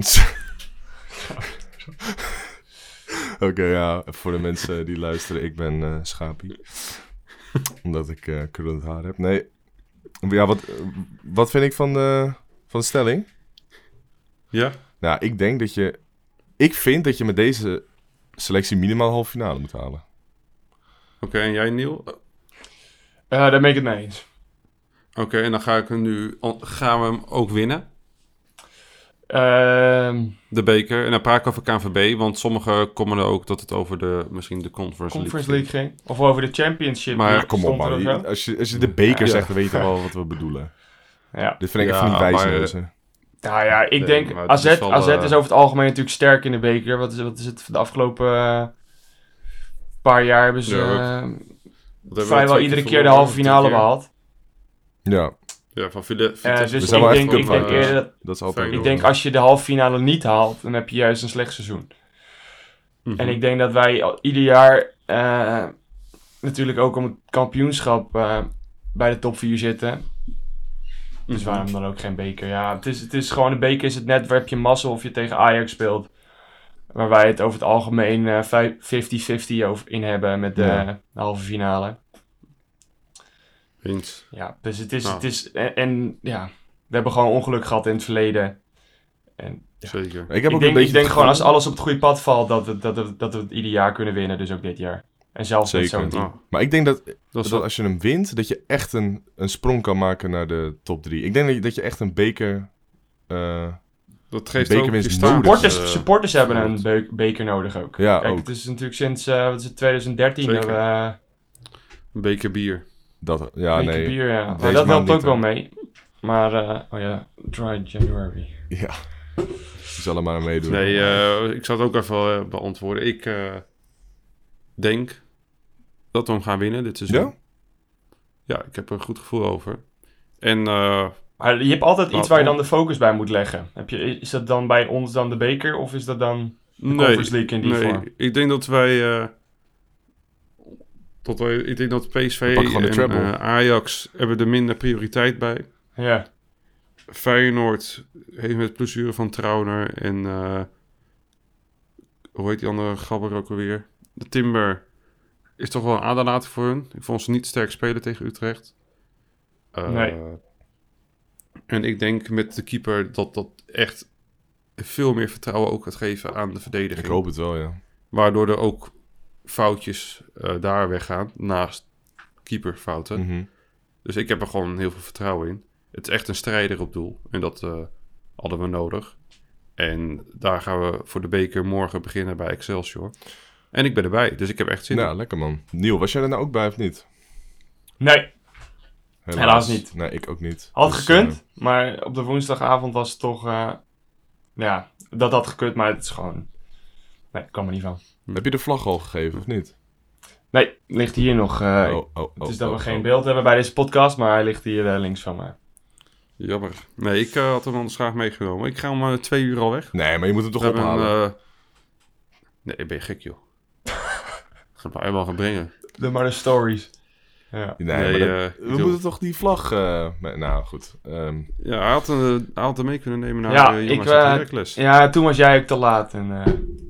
Oké, ja. Voor de mensen die luisteren, ik ben Schapie. Omdat ik krullend haar heb. Nee. Ja, wat vind ik van de stelling? Ja? Nou, ik vind dat je met deze selectie minimaal halve finale moet halen. Oké, en jij, Niel? Daar ben ik het mee eens. Oké, en dan gaan we hem ook winnen. De beker. En dan praat ik over KNVB, want sommigen komen er ook dat het over misschien de Conference League ging. Of over de Championship. Maar League Kom op, stond er man. of zo. Als je de beker zegt, dan weet je wel wat we bedoelen. Ja. Dit vind ik even niet wijsnezen. Nou ja, ik denk maar het AZ is wel, is over het algemeen natuurlijk sterk in de beker. Wat is het de afgelopen paar jaar hebben ze vrijwel iedere keer de halve finale behaald. Ja. Ja, van Vitesse. Dus We ik zijn wel echt denk cupwaardig. eerder Dat is altijd ik denk als je de halve finale niet haalt, dan heb je juist een slecht seizoen. En ik denk dat wij ieder jaar natuurlijk ook om het kampioenschap bij de top 4 zitten. Dus waarom dan ook geen beker? Ja, het is gewoon, de beker is het net waar heb je mazzel of je tegen Ajax speelt. Waar wij het over het algemeen 50-50 over in hebben met de halve finale. Eens. Ja, dus het is en ja, we hebben gewoon ongeluk gehad in het verleden. En ja. Zeker. Ik denk gewoon als alles op het goede pad valt, dat we het ieder jaar kunnen winnen. Dus ook dit jaar. En zelfs met zo'n team. Maar ik denk dat als je hem wint, dat je echt een sprong kan maken naar de top 3. Ik denk dat je echt een beker... dat geeft bekerwinst ook nodig. Supporters hebben een beker nodig ook. Ja, kijk, ook. het is natuurlijk sinds 2013 dat we... Een beker bier. Beker bier, ja. Maar Deze dat helpt maand ook niet, wel hè. mee. Maar, dry January. Ja. Die zal er maar aan meedoen. Nee, ik zal het ook even beantwoorden. Ik denk dat we hem gaan winnen dit seizoen. Ja? Ja, ik heb er een goed gevoel over. En... Maar je hebt altijd iets waar je dan de focus bij moet leggen. Is dat dan bij ons dan de beker of is dat dan de Conference League in die vorm? Ik denk dat wij... ik denk dat PSV en Ajax hebben er minder prioriteit bij. Ja. Feyenoord heeft met plezier van Trauner en... hoe heet die andere gabber ook alweer? De Timber is toch wel een aderlating voor hun. Ik vond ze niet sterk spelen tegen Utrecht. Nee. En ik denk met de keeper dat echt veel meer vertrouwen ook gaat geven aan de verdediging. Ik hoop het wel, ja. Waardoor er ook foutjes daar weggaan, naast keeperfouten. Mhm. Dus ik heb er gewoon heel veel vertrouwen in. Het is echt een strijder op doel. En dat hadden we nodig. En daar gaan we voor de beker morgen beginnen bij Excelsior. En ik ben erbij, dus ik heb echt zin in. Ja, lekker man. Niel, was jij er nou ook bij of niet? Nee, helaas niet. Nee, ik ook niet. Had Dus, gekund, maar op de woensdagavond was het toch... dat had gekund, maar het is gewoon... Nee, kan me niet van. Heb je de vlag al gegeven of niet? Nee, ligt hier nog. Het is dat we geen beeld hebben bij deze podcast, maar hij ligt hier links van mij. Jammer. Nee, ik had hem anders graag meegenomen. Ik ga om 2 uur al weg. Nee, maar je moet hem toch ophalen? Nee, ben je gek, joh. Ga hem helemaal gaan brengen. De maar de stories. Ja. Nee, we moeten toch die vlag... nou, goed. Ja, hij had hem mee kunnen nemen naar jongens. Ja, toen was jij ook te laat. En,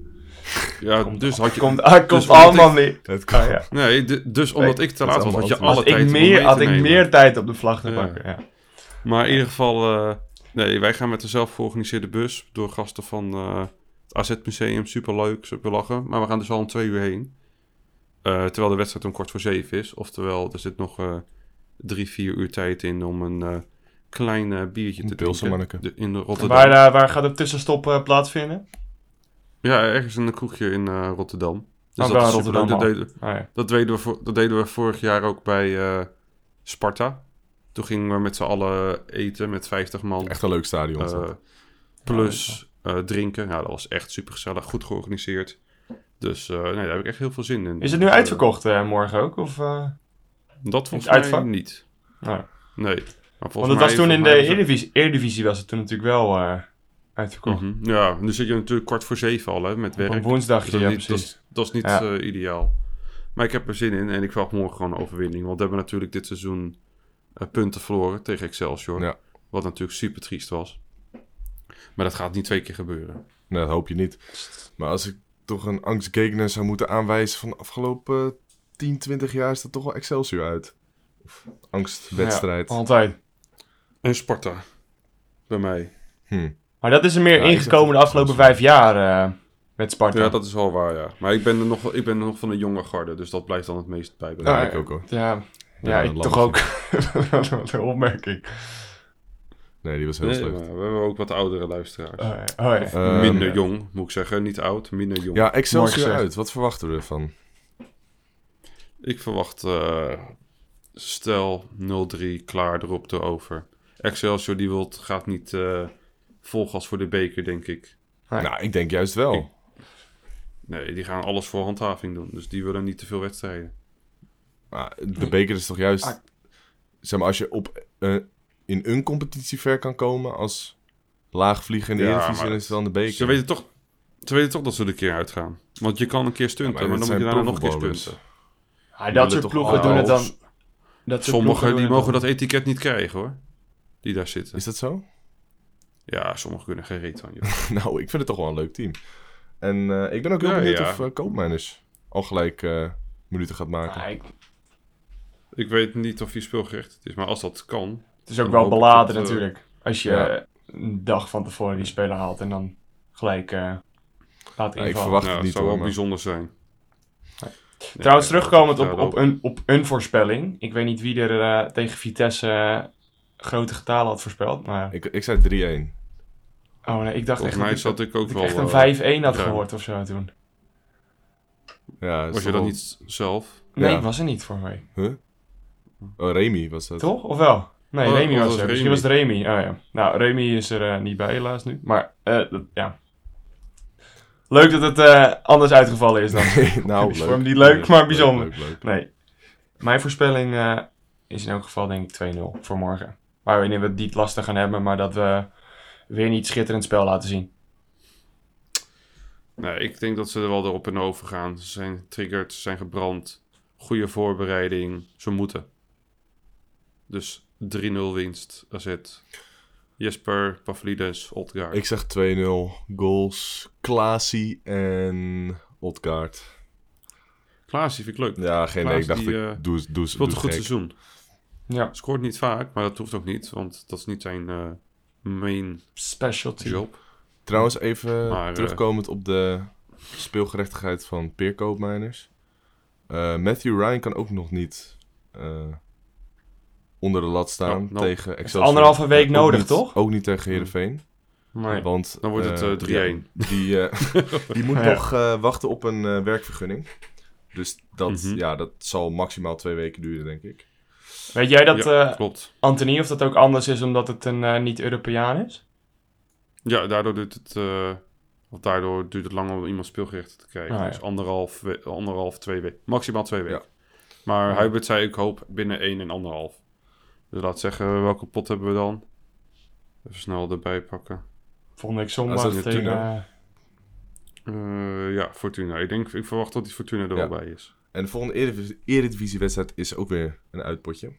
dus had je... Komt allemaal niet. Nee, dus omdat ik te laat was, had je alle tijd had ik meer tijd op de vlag te pakken. Ja. Maar in ieder geval... wij gaan met de zelf georganiseerde bus door gasten van het AZ Museum. Superleuk, super lachen. Maar we gaan dus al om 2 uur heen. Terwijl de wedstrijd om 6:45 is. Oftewel, er zit nog 3-4 uur tijd in om een klein biertje te drinken. In Rotterdam. Waar gaat de tussenstop plaatsvinden? Ja, ergens in een kroegje in Rotterdam. Dus dat is Rotterdam. Dat deden we vorig jaar ook bij Sparta. Toen gingen we met z'n allen eten met 50 man. Echt een leuk stadion. Plus drinken. Ja, dat was echt super gezellig. Goed georganiseerd. Dus daar heb ik echt heel veel zin in. Is het nu uitverkocht morgen ook? Of, dat volgens mij niet. Nee. Want het was toen in de Eredivisie was het toen natuurlijk wel uitverkocht. Mm-hmm. Ja, nu zit je natuurlijk 6:45 al hè, met werk. Op een woensdagje, precies. Dat is niet ideaal. Maar ik heb er zin in en ik verwacht morgen gewoon een overwinning. Want we hebben natuurlijk dit seizoen punten verloren tegen Excelsior. Ja. Wat natuurlijk super triest was. Maar dat gaat niet 2 keer gebeuren. Nee, dat hoop je niet. Maar als ik toch een angstgegner zou moeten aanwijzen van de afgelopen 10, 20 jaar is dat toch wel Excelsior uit. Angstwedstrijd. Ja, altijd. En Sparta. Bij mij. Maar dat is er meer ingekomen de afgelopen 5 jaar met Sparta. Ja, dat is wel waar, ja. Maar ik ben er nog van de jonge garde, dus dat blijft dan het meest bij. Ja, ik ook hoor. Ja, ik toch ook. Wat een opmerking. Nee, die was heel slecht. We hebben ook wat oudere luisteraars. Minder jong, moet ik zeggen. Niet oud, minder jong. Ja, Excelsior uit. Wat verwachten we ervan? Ik verwacht stel 0-3, klaar, erop, erover. Excelsior die gaat niet vol gas voor de beker, denk ik. Nou, ik denk juist wel. Nee, die gaan alles voor handhaving doen. Dus die willen niet te veel wedstrijden. Maar de beker is toch juist... Zeg maar, als je in een competitie ver kan komen als laagvlieger in de Eredivisie, dan is het dan de beker. Ze weten toch dat ze er een keer uitgaan. Want je kan een keer stunten, maar dan moet je daarna nog een keer stunten. Dat soort ploegen doen het dan... Sommigen die mogen dat etiket niet krijgen, hoor. Die daar zitten. Is dat zo? Ja, sommigen kunnen geen reet van je. Nou, ik vind het toch wel een leuk team. En ik ben ook heel benieuwd of Koopmeiners al gelijk minuten gaat maken. Ik weet niet of hij speelgericht is, maar als dat kan... Het is ook wel beladen natuurlijk. Als je een dag van tevoren die speler haalt en dan gelijk laat invallen. Ik verwacht het niet. Het zou wel bijzonder zijn. Trouwens, terugkomend op een voorspelling. Ik weet niet wie er tegen Vitesse grote getalen had voorspeld. Maar... Ik zei 3-1. Oh nee, ik dacht volgens echt mij ik ook wel echt een 5-1 had gehoord of zo toen. Ja, was je dat niet zelf? Nee, was er niet voor mij. Huh? Oh, Remy was dat. Toch? Of wel? Nee, Remy was er. Misschien was het Remy. Oh ja. Nou, Remy is er niet bij helaas nu. Maar ja. Leuk dat het anders uitgevallen is dan. Nou, leuk. Voor hem niet leuk, maar bijzonder. Leuk. Nee. Mijn voorspelling is in elk geval denk ik 2-0 voor morgen. Waarin we het niet lastig gaan hebben, maar dat we weer niet schitterend spel laten zien. Nee, ik denk dat ze er wel erop en over gaan. Ze zijn triggered, ze zijn gebrand. Goede voorbereiding. Ze moeten. Dus 3-0 winst. AZ. Jesper, Pavlidis, Odgaard. Ik zeg 2-0. Goals, Klaasie en Odgaard. Klaasie vind ik leuk. Ja, geen idee. Ik dacht, doe speelt een goed seizoen. Ja. Scoort niet vaak, maar dat hoeft ook niet. Want dat is niet zijn main specialty job. Trouwens, even terugkomend op de speelgerechtigheid van Peer Koopmeiners. Matthew Ryan kan ook nog niet onder de lat staan tegen Excelsior. 1,5 week nodig, toch? Ook niet tegen Heerenveen. Nee. Want, Dan wordt het 3-1. Die moet nog wachten op een werkvergunning. Dus dat zal maximaal 2 weken duren, denk ik. Weet jij dat, klopt. Anthony, of dat ook anders is omdat het een niet-Europeaan is? Ja, daardoor duurt het lang om iemand speelgerechten te krijgen. Ah, ja. Dus anderhalf, 2 weken. Maximaal 2 weken. Ja. Maar Huibert zei, ik hoop binnen 1 en 1,5. Dus laat zeggen, welke pot hebben we dan? Even snel erbij pakken. Volgende week zondag tegen... Fortuna. Ik verwacht dat die Fortuna er wel bij is. En de volgende Eredivisiewedstrijd is ook weer een uitpotje.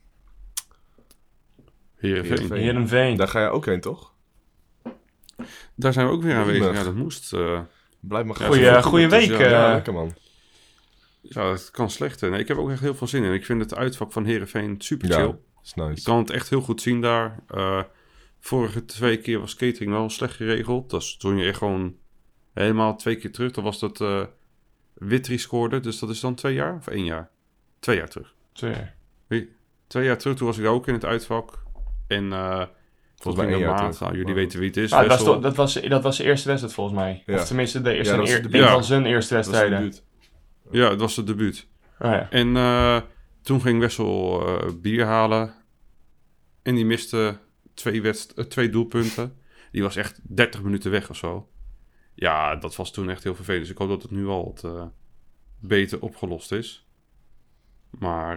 Heerenveen. Daar ga je ook heen, toch? Daar zijn we ook weer aanwezig. Ja, dat moest. Blijf maar Goeie week. Ja, lekker man. Ja, het kan slechter. Nee, ik heb ook echt heel veel zin in. Ik vind het uitvak van Heerenveen super chill. Ja, is nice. Je kan het echt heel goed zien daar. Vorige 2 keer was catering wel slecht geregeld. Dus toen je echt gewoon helemaal 2 keer terug. Dan was dat Witry scoorde. Dus dat is dan 2 jaar of 1 jaar? 2 jaar terug. 2 jaar. 2 jaar terug. Toen was ik ook in het uitvak. En volgens mij 1 jaar terug. Nou, jullie weten wie het is. Dat was de eerste wedstrijd volgens mij. Ja. Of tenminste de eerste van zijn eerste wedstrijden. Ja, het was het debuut. Oh, ja. En toen ging Wessel bier halen. En die miste 2 doelpunten. Die was echt 30 minuten weg of zo. Ja, dat was toen echt heel vervelend. Dus ik hoop dat het nu al wat beter opgelost is. Maar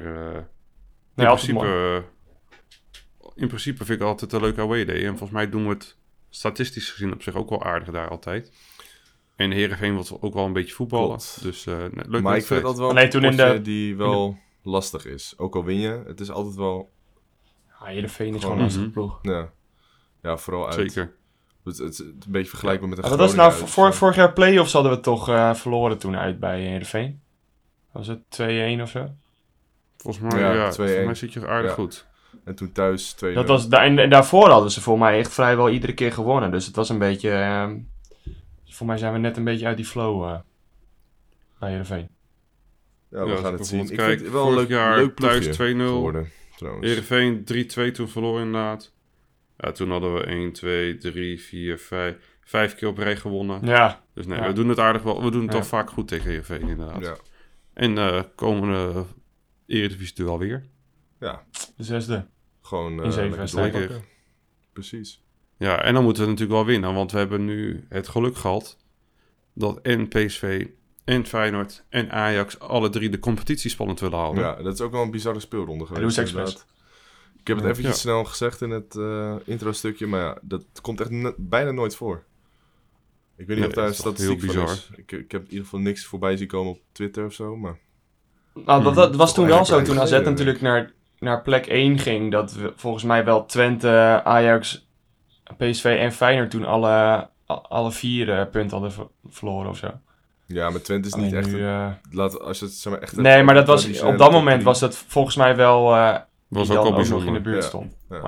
in principe vind ik altijd een leuke away day. En volgens mij doen we het statistisch gezien op zich ook wel aardig daar altijd. En Heerenveen wil ook wel een beetje voetballen. Dus leuk. Maar ik vind dat wel een potje die wel lastig is. Ook al win je, het is altijd wel... Heerenveen is gewoon een lastige ploeg. Ja, vooral uit. Zeker. Het is een beetje vergelijkbaar met een Groningen. Wat was nou vorig jaar play-offs hadden we toch verloren toen uit bij Heerenveen? Was het 2-1 of zo? Volgens mij, volgens mij zit je aardig goed. En toen thuis 2-0. En daarvoor hadden ze voor mij echt vrijwel iedere keer gewonnen. Dus het was een beetje... voor mij zijn we net een beetje uit die flow bij Heerenveen. Ja, we gaan het zien. Ik vind het wel een leuk thuis 2-0 geworden. Heerenveen 3-2 toen verloren inderdaad. Ja, toen hadden we 1, 2, 3, 4, 5 keer op rij gewonnen. Ja. Dus nee, we doen het aardig wel. We doen het al vaak goed tegen Heerenveen inderdaad. Ja. En komende Eredivisie duel weer. Ja. De 6e. Gewoon in 7 wedstrijden. Precies. Ja, en dan moeten we natuurlijk wel winnen. Want we hebben nu het geluk gehad dat en PSV en Feyenoord en Ajax alle 3 de competitie spannend willen houden. Ja, dat is ook wel een bizarre speelronde geweest. Ik heb het eventjes snel gezegd in het intro-stukje, maar ja, dat komt echt bijna nooit voor. Ik weet niet of daar een statistiek van is. Ik heb in ieder geval niks voorbij zien komen op Twitter of zo, maar... Nou, dat was toen wel zo, toen AZ natuurlijk naar plek 1 ging, dat we volgens mij wel Twente, Ajax, PSV en Feyenoord toen alle 4 punten hadden verloren of zo. Ja, maar Twente is niet echt... als het, zeg maar, echt nee, maar dat was, op dat moment was dat volgens mij wel... was ook al bijzonder. Nog in de buurt stond. Ja.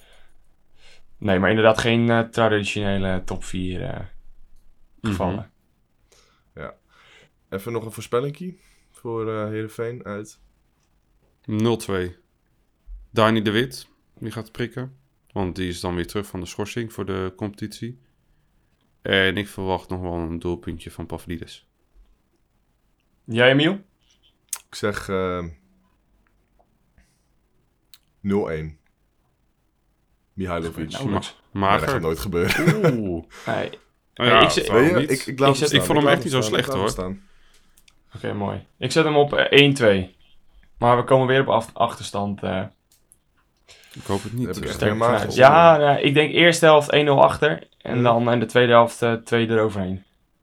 Maar inderdaad geen traditionele top 4 gevallen. Ja. Even nog een voorspellingkie voor Heerenveen uit. 0-2. Dani de Wit, die gaat prikken. Want die is dan weer terug van de schorsing voor de competitie. En ik verwacht nog wel een doelpuntje van Pavlidis. Jij, Emiel? Ik zeg 0-1. Mihailovic. Maar dat gaat nooit gebeuren. Oeh. Nee. Ik vond hem echt niet zo slecht hoor. Oké, mooi. Ik zet hem op 1-2. Maar we komen weer op achterstand. Ik hoop het niet. Ik denk eerste helft 1-0 achter. En dan in de tweede helft 2 eroverheen.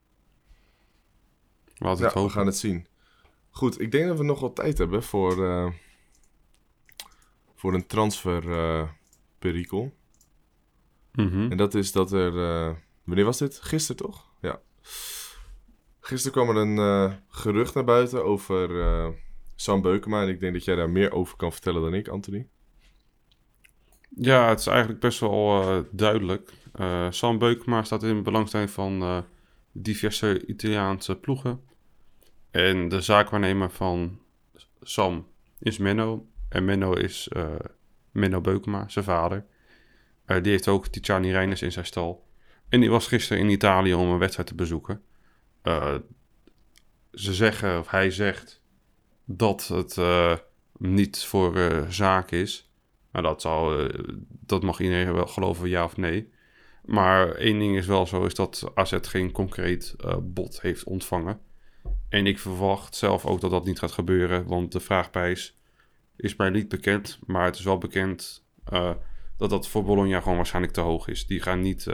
We gaan het zien. Goed, ik denk dat we nog wel tijd hebben voor een transferperikel. En dat is dat er... wanneer was dit? Gisteren toch? Ja. Gisteren kwam er een gerucht naar buiten over Sam Beukema. En ik denk dat jij daar meer over kan vertellen dan ik, Anthony. Ja, het is eigenlijk best wel duidelijk. Sam Beukema staat in belangstelling van diverse Italiaanse ploegen. En de zaakwaarnemer van Sam is Menno. En Menno is Menno Beukema, zijn vader. Die heeft ook Tijani Reiners in zijn stal. En die was gisteren in Italië om een wedstrijd te bezoeken. Hij zegt dat het niet voor zaak is. Nou, dat mag iedereen wel geloven, ja of nee. Maar één ding is wel zo, is dat AZ geen concreet bod heeft ontvangen. En ik verwacht zelf ook dat dat niet gaat gebeuren, want de vraagprijs is mij niet bekend. Maar het is wel bekend dat voor Bologna gewoon waarschijnlijk te hoog is. Die gaan niet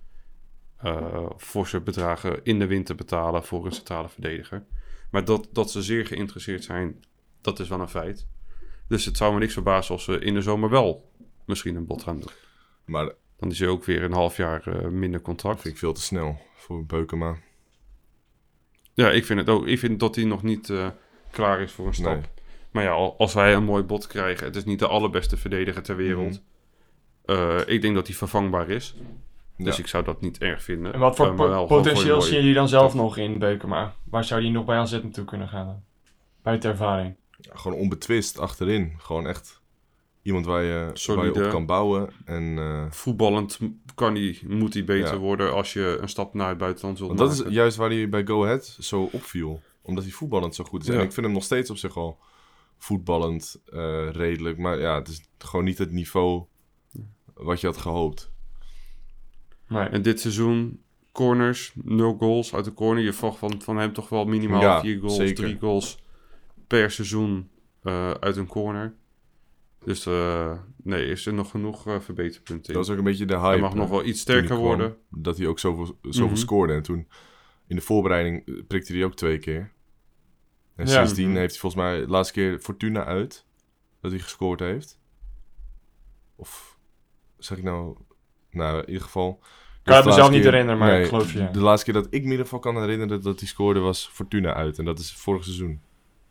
forse bedragen in de winter betalen voor een centrale verdediger. Maar dat ze zeer geïnteresseerd zijn, dat is wel een feit. Dus het zou me niks verbazen als ze in de zomer wel misschien een bod gaan doen. Maar dan is hij ook weer een half jaar minder contract. Dat vind ik veel te snel voor Beukema. Ja, ik vind het ook. Ik vind dat hij nog niet klaar is voor een stap. Nee. Maar ja, als wij een mooi bod krijgen, het is niet de allerbeste verdediger ter wereld. Ik denk dat hij vervangbaar is. Dus ik zou dat niet erg vinden. En wat voor potentieel zie je dan zelf nog in Beukema? Waar zou die nog bij AZ naartoe kunnen gaan dan? Buiten ervaring. Ja, gewoon onbetwist achterin. Gewoon echt iemand waar je op kan bouwen. En, voetballend moet hij beter worden als je een stap naar het buitenland wilt maken. Dat is juist waar hij bij Go Ahead zo opviel. Omdat hij voetballend zo goed is. Ja. En ik vind hem nog steeds op zich al voetballend redelijk. Maar ja, het is gewoon niet het niveau wat je had gehoopt. Nee. En dit seizoen, corners, 0 goals uit de corner. Je verwacht van hem toch wel minimaal 4 goals, zeker. 3 goals per seizoen uit een corner. Dus is er nog genoeg verbeterpunten in. Dat was ook een beetje de hype. Hij mag nog wel iets sterker worden. Dat hij ook zoveel scoorde. En toen in de voorbereiding prikte hij ook 2 keer. En sindsdien heeft hij volgens mij de laatste keer Fortuna uit. Dat hij gescoord heeft. Of zeg ik nou... Nou, in ieder geval... Ik kan het mezelf niet herinneren, maar ik geloof je. De laatste keer dat ik me in ieder geval kan herinneren dat hij scoorde was Fortuna uit. En dat is vorig seizoen.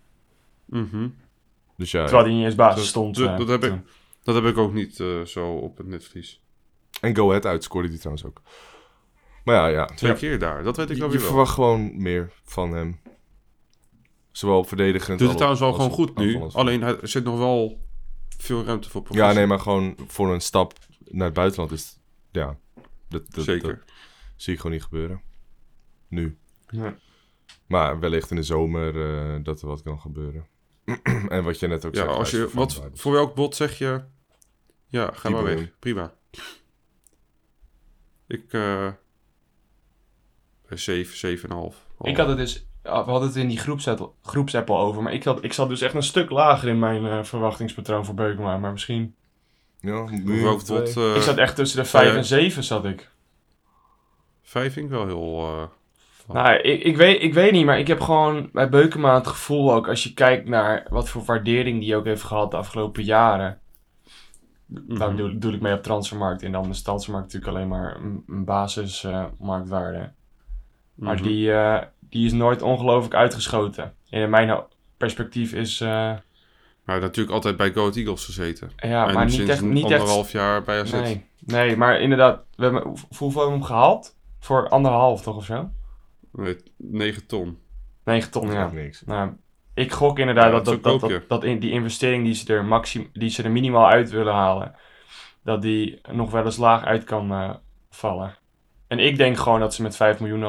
Dus ja, terwijl hij niet eens basis stond. Dat heb ik ook niet zo op het netvlies. En Go Ahead uit scoorde hij trouwens ook. Maar ja. 2 keer daar, dat weet ik wel weer. Je verwacht gewoon meer van hem. Zowel verdedigend... Doet het trouwens wel gewoon goed nu. Alleen er zit nog wel veel ruimte voor progressie. Ja, nee, maar gewoon voor een stap naar het buitenland is... Ja, zeker. Dat zie ik gewoon niet gebeuren. Nu. Ja. Maar wellicht in de zomer dat er wat kan gebeuren. En wat je net ook zei. Voor welk bod zeg je... Ja, ga maar weg. Prima. Ik... 7,5. Ik had het dus... We hadden het in die groepsapp al over. Maar ik zat dus echt een stuk lager in mijn verwachtingspatroon voor Beukema. Maar misschien... Ja, ik zat echt tussen de 5 en 7 zat ik. 5 vind ik wel heel... Nou, ik weet niet, maar ik heb gewoon bij Beukema het gevoel ook... als je kijkt naar wat voor waardering die ook heeft gehad de afgelopen jaren... Daar bedoel ik mee op transfermarkt. En dan is transfermarkt natuurlijk alleen maar een basismarktwaarde. Maar die is nooit ongelooflijk uitgeschoten. En in mijn perspectief is... Maar natuurlijk altijd bij Go Ahead Eagles gezeten. Ja, en maar niet echt... 1,5 jaar bij AZ. Nee, maar inderdaad... Hoeveel hebben we hem gehaald? Voor 1,5 toch of zo? Nee, 9 ton. 9 ton, ja. Niks. Nou, ik gok inderdaad dat die investering die ze er minimaal uit willen halen... dat die nog wel eens laag uit kan vallen. En ik denk gewoon dat ze met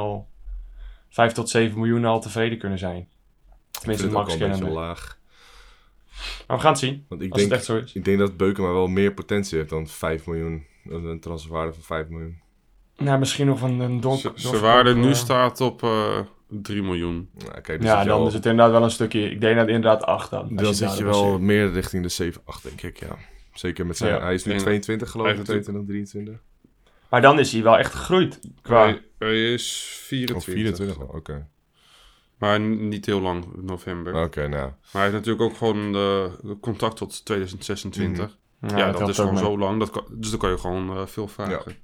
5 tot 7 miljoen al tevreden kunnen zijn. Tenminste, Max kennen. Een beetje laag. Maar we gaan het zien, Want het echt zo is. Ik denk dat Beukema wel meer potentie heeft dan 5 miljoen. Een transferwaarde van 5 miljoen. Nou, misschien nog een donker... Zijn waarde nu staat op 3 miljoen. Nou, kijk, dus dan is het inderdaad wel een stukje... Ik denk dat inderdaad 8 dan. Dan zit je wel meer richting de 7, 8 denk ik, ja. Zeker met zijn... Hij is nu 22 geloof ik, 22, 23. Maar dan is hij wel echt gegroeid. Hij is 24. Of 24, oké. Maar niet heel lang, november. Oké, nou. Maar hij heeft natuurlijk ook gewoon contact tot 2026. Ja, dat is gewoon zo lang. Dus dan kan je gewoon veel vragen. Ja.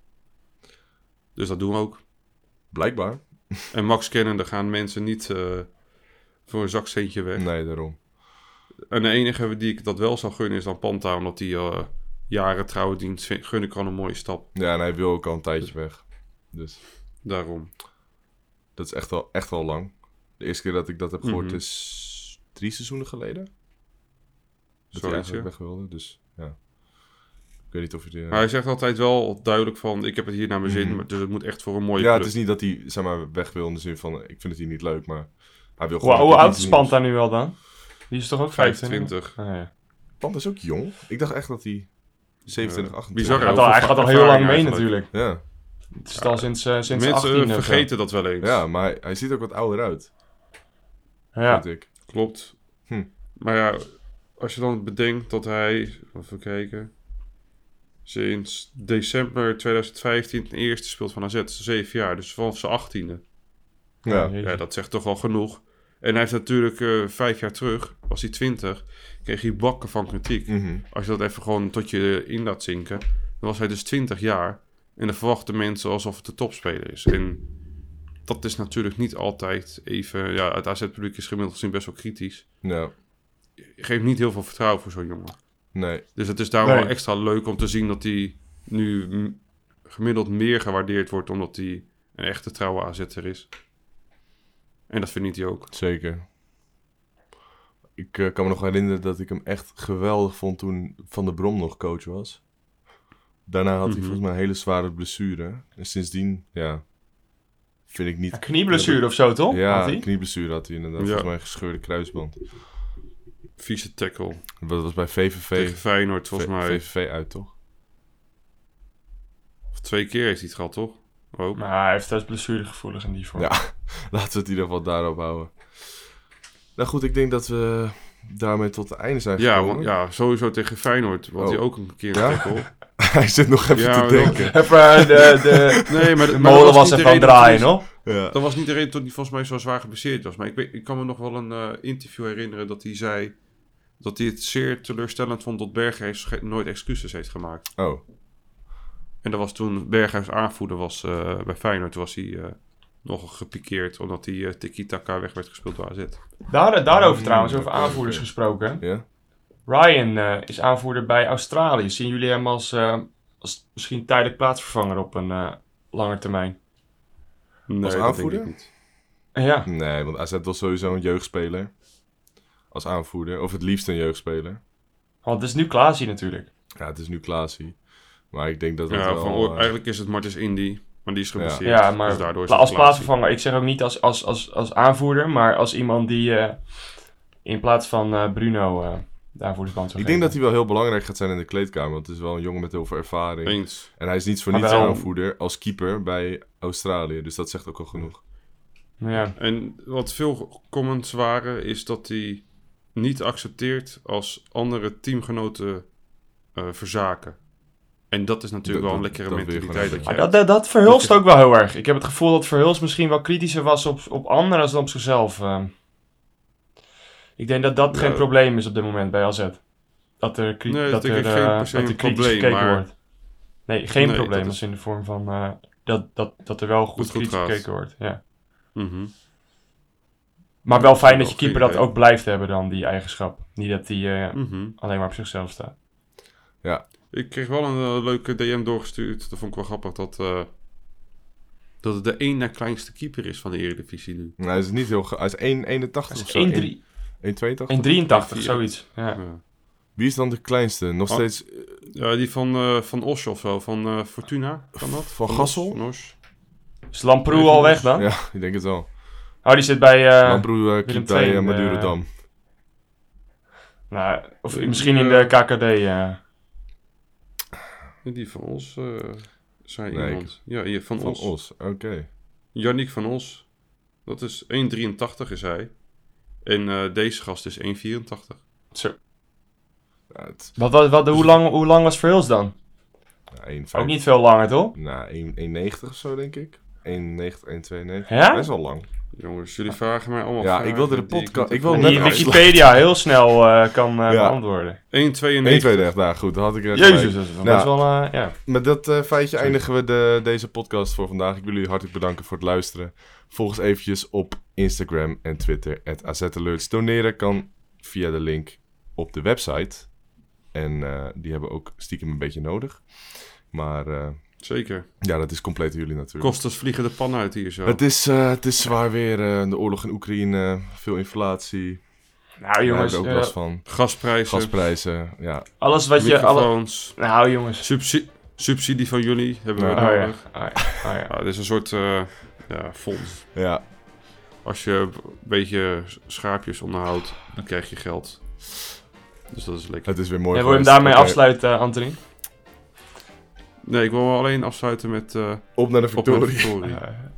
Dus dat doen we ook. Blijkbaar. En Max kennende gaan mensen niet voor een zakcentje weg. Nee, daarom. En de enige die ik dat wel zou gunnen is dan Panta. Omdat die jaren trouwe dienst gun ik al een mooie stap. Ja, en hij wil ook al een tijdje weg. Dus daarom. Dat is echt wel lang. De eerste keer dat ik dat heb gehoord is 3 seizoenen geleden. Dat hij eigenlijk weg wilde, dus ja. weet niet of je die... Maar hij zegt altijd wel duidelijk van, ik heb het hier naar mijn zin, dus het moet echt voor een mooie club. Ja, het is niet dat hij, zeg maar, weg wil in de zin van, ik vind het hier niet leuk, maar hij wil gewoon... Hoe oud is Panta nu wel dan? Die is toch ook 25. Ja. Panta is ook jong. Ik dacht echt dat hij 27, 28... Bizar, hij gaat al heel lang mee natuurlijk. Ja. Het is al sinds 18. Mensen vergeten dat wel eens. Ja, maar hij ziet ook wat ouder uit. Ja. Vind ik. Klopt. Maar ja, als je dan bedenkt dat hij, even kijken, sinds december 2015 het eerste speelt van AZ, 7 jaar, dus vanaf zijn 18e. Ja, dat zegt toch wel genoeg. En hij heeft natuurlijk 5 jaar terug, was hij 20, kreeg hij bakken van kritiek. Als je dat even gewoon tot je in laat zinken, dan was hij dus 20 jaar en dan verwachten mensen alsof het de topspeler is. En dat is natuurlijk niet altijd even... Ja, het AZ-publiek is gemiddeld gezien best wel kritisch. Ja. Geeft niet heel veel vertrouwen voor zo'n jongen. Nee. Dus het is daarom wel extra leuk om te zien dat hij nu gemiddeld meer gewaardeerd wordt, omdat hij een echte trouwe AZ'er is. En dat verdient hij ook. Zeker. Ik kan me nog herinneren dat ik hem echt geweldig vond toen Van der Brom nog coach was. Daarna had hij volgens mij een hele zware blessure. En sindsdien, vind ik niet... Een knieblessure of zo, toch? Ja, een knieblessure had hij inderdaad. Volgens mij een gescheurde kruisband. Vieze tackle. Dat was bij VVV. Tegen Feyenoord, volgens mij. VVV uit, toch? Of 2 keer heeft hij het gehad, toch? Ook. Maar hij heeft thuis blessuregevoelig in die vorm. Ja, laten we het in ieder geval daarop houden. Nou goed, ik denk dat we daarmee tot het einde zijn gekomen. Ja, sowieso tegen Feyenoord. Want hij ook een keer een tackle. Hij zit nog even te denken. Even de molen was even aan het draaien, nog. Ja. Dat was niet de reden tot hij volgens mij zo zwaar geblesseerd was. Maar ik kan me nog wel een interview herinneren dat hij zei dat hij het zeer teleurstellend vond dat Berghuis nooit excuses heeft gemaakt. Oh. En dat was toen Berghuis aanvoerder was bij Feyenoord. Toen was hij nog gepikeerd omdat die tiki-taka weg werd gespeeld door AZ. Daarover trouwens, over aanvoerders gesproken. Ja. Ryan is aanvoerder bij Australië. Zien jullie hem als misschien tijdelijk plaatsvervanger op een lange termijn? Nee, als aanvoerder? Dat denk ik niet. Ja. Nee, want AZ was sowieso een jeugdspeler. Als aanvoerder. Of het liefst een jeugdspeler. Want het is nu Klaasie natuurlijk. Ja, het is nu Klaasie. Maar ik denk dat het eigenlijk is het Martins Indy. Maar die is geblesseerd. Ja, maar dus daardoor is als plaatsvervanger. Ik zeg ook niet als aanvoerder. Maar als iemand die in plaats van Bruno de aanvoerdersband zou Ik denk dat hij wel heel belangrijk gaat zijn in de kleedkamer. Want het is wel een jongen met heel veel ervaring. Eens. En hij is niet voor niets aanvoerder als keeper bij Australië. Dus dat zegt ook al genoeg. Ja. En wat veel comments waren, is dat hij niet accepteert als andere teamgenoten verzaken. En dat is natuurlijk wel een lekkere mentaliteit. Dat Verhulst ook wel heel erg. Ik heb het gevoel dat Verhulst misschien wel kritischer was op anderen dan op zichzelf. Ik denk dat geen probleem is op dit moment bij AZ. Dat er kritisch gekeken wordt. Nee, geen probleem als in de vorm van dat er wel goed kritisch gekeken wordt. Ja. Maar wel fijn dat je keeper dat ook blijft hebben dan, die eigenschap. Niet dat hij alleen maar op zichzelf staat. Ja. Ik kreeg wel een leuke DM doorgestuurd. Dat vond ik wel grappig dat het de 1 na kleinste keeper is van de Eredivisie nu. Nou, hij is niet heel... Hij is 1,81 of zo. 1,82, zoiets. Ja. Wie is dan de kleinste? Nog steeds... Ja, die van Os of zo. Van Fortuna, kan dat? Van Gassel? Van Os. Is Lamproe al weg dan? Ja, ik denk het wel. Oh, die zit bij... Lamproe keept bij Madurodam. Nou, of misschien in de KKD... Die van Os, zei iemand. Ja, van Os. Oké. Yannick van Os. Dat is 1,83 is hij. En deze gast is 1,84. Zo. Ja, hoe lang was Verhulst dan? Ja, ook niet veel langer, toch? Nou, 1,90 of zo, denk ik. 1,90, 1,92. Ja? Best wel lang. Jongens, jullie vragen mij allemaal vragen. Ik wilde de podcast... Ik wil die Wikipedia heel snel kan beantwoorden. 1,92. 1,92, nou goed, dan had ik er... Jezus, dat is best wel... ja. Met dat feitje eindigen we deze podcast voor vandaag. Ik wil jullie hartelijk bedanken voor het luisteren. Volg ons eventjes op Instagram en Twitter, @AZAlerts. Doneren kan via de link op de website. En die hebben we ook stiekem een beetje nodig. Maar... Zeker. Ja, dat is compleet aan jullie natuurlijk. Kosten vliegen de pan uit hier zo. Het is zwaar weer. De oorlog in Oekraïne, veel inflatie. Nou jongens, daar hebben we ook last van. Gasprijzen. Ja. Alles wat je... Microfoons. Nou jongens. Subsidie van jullie hebben we nodig. Ja, dit is een soort fonds. Ja. Als je een beetje schaapjes onderhoudt, dan krijg je geld. Dus dat is lekker. Het is weer mooi. Wil je hem daarmee afsluiten, Anthony? Nee, ik wil alleen afsluiten met... Op naar de Victorie.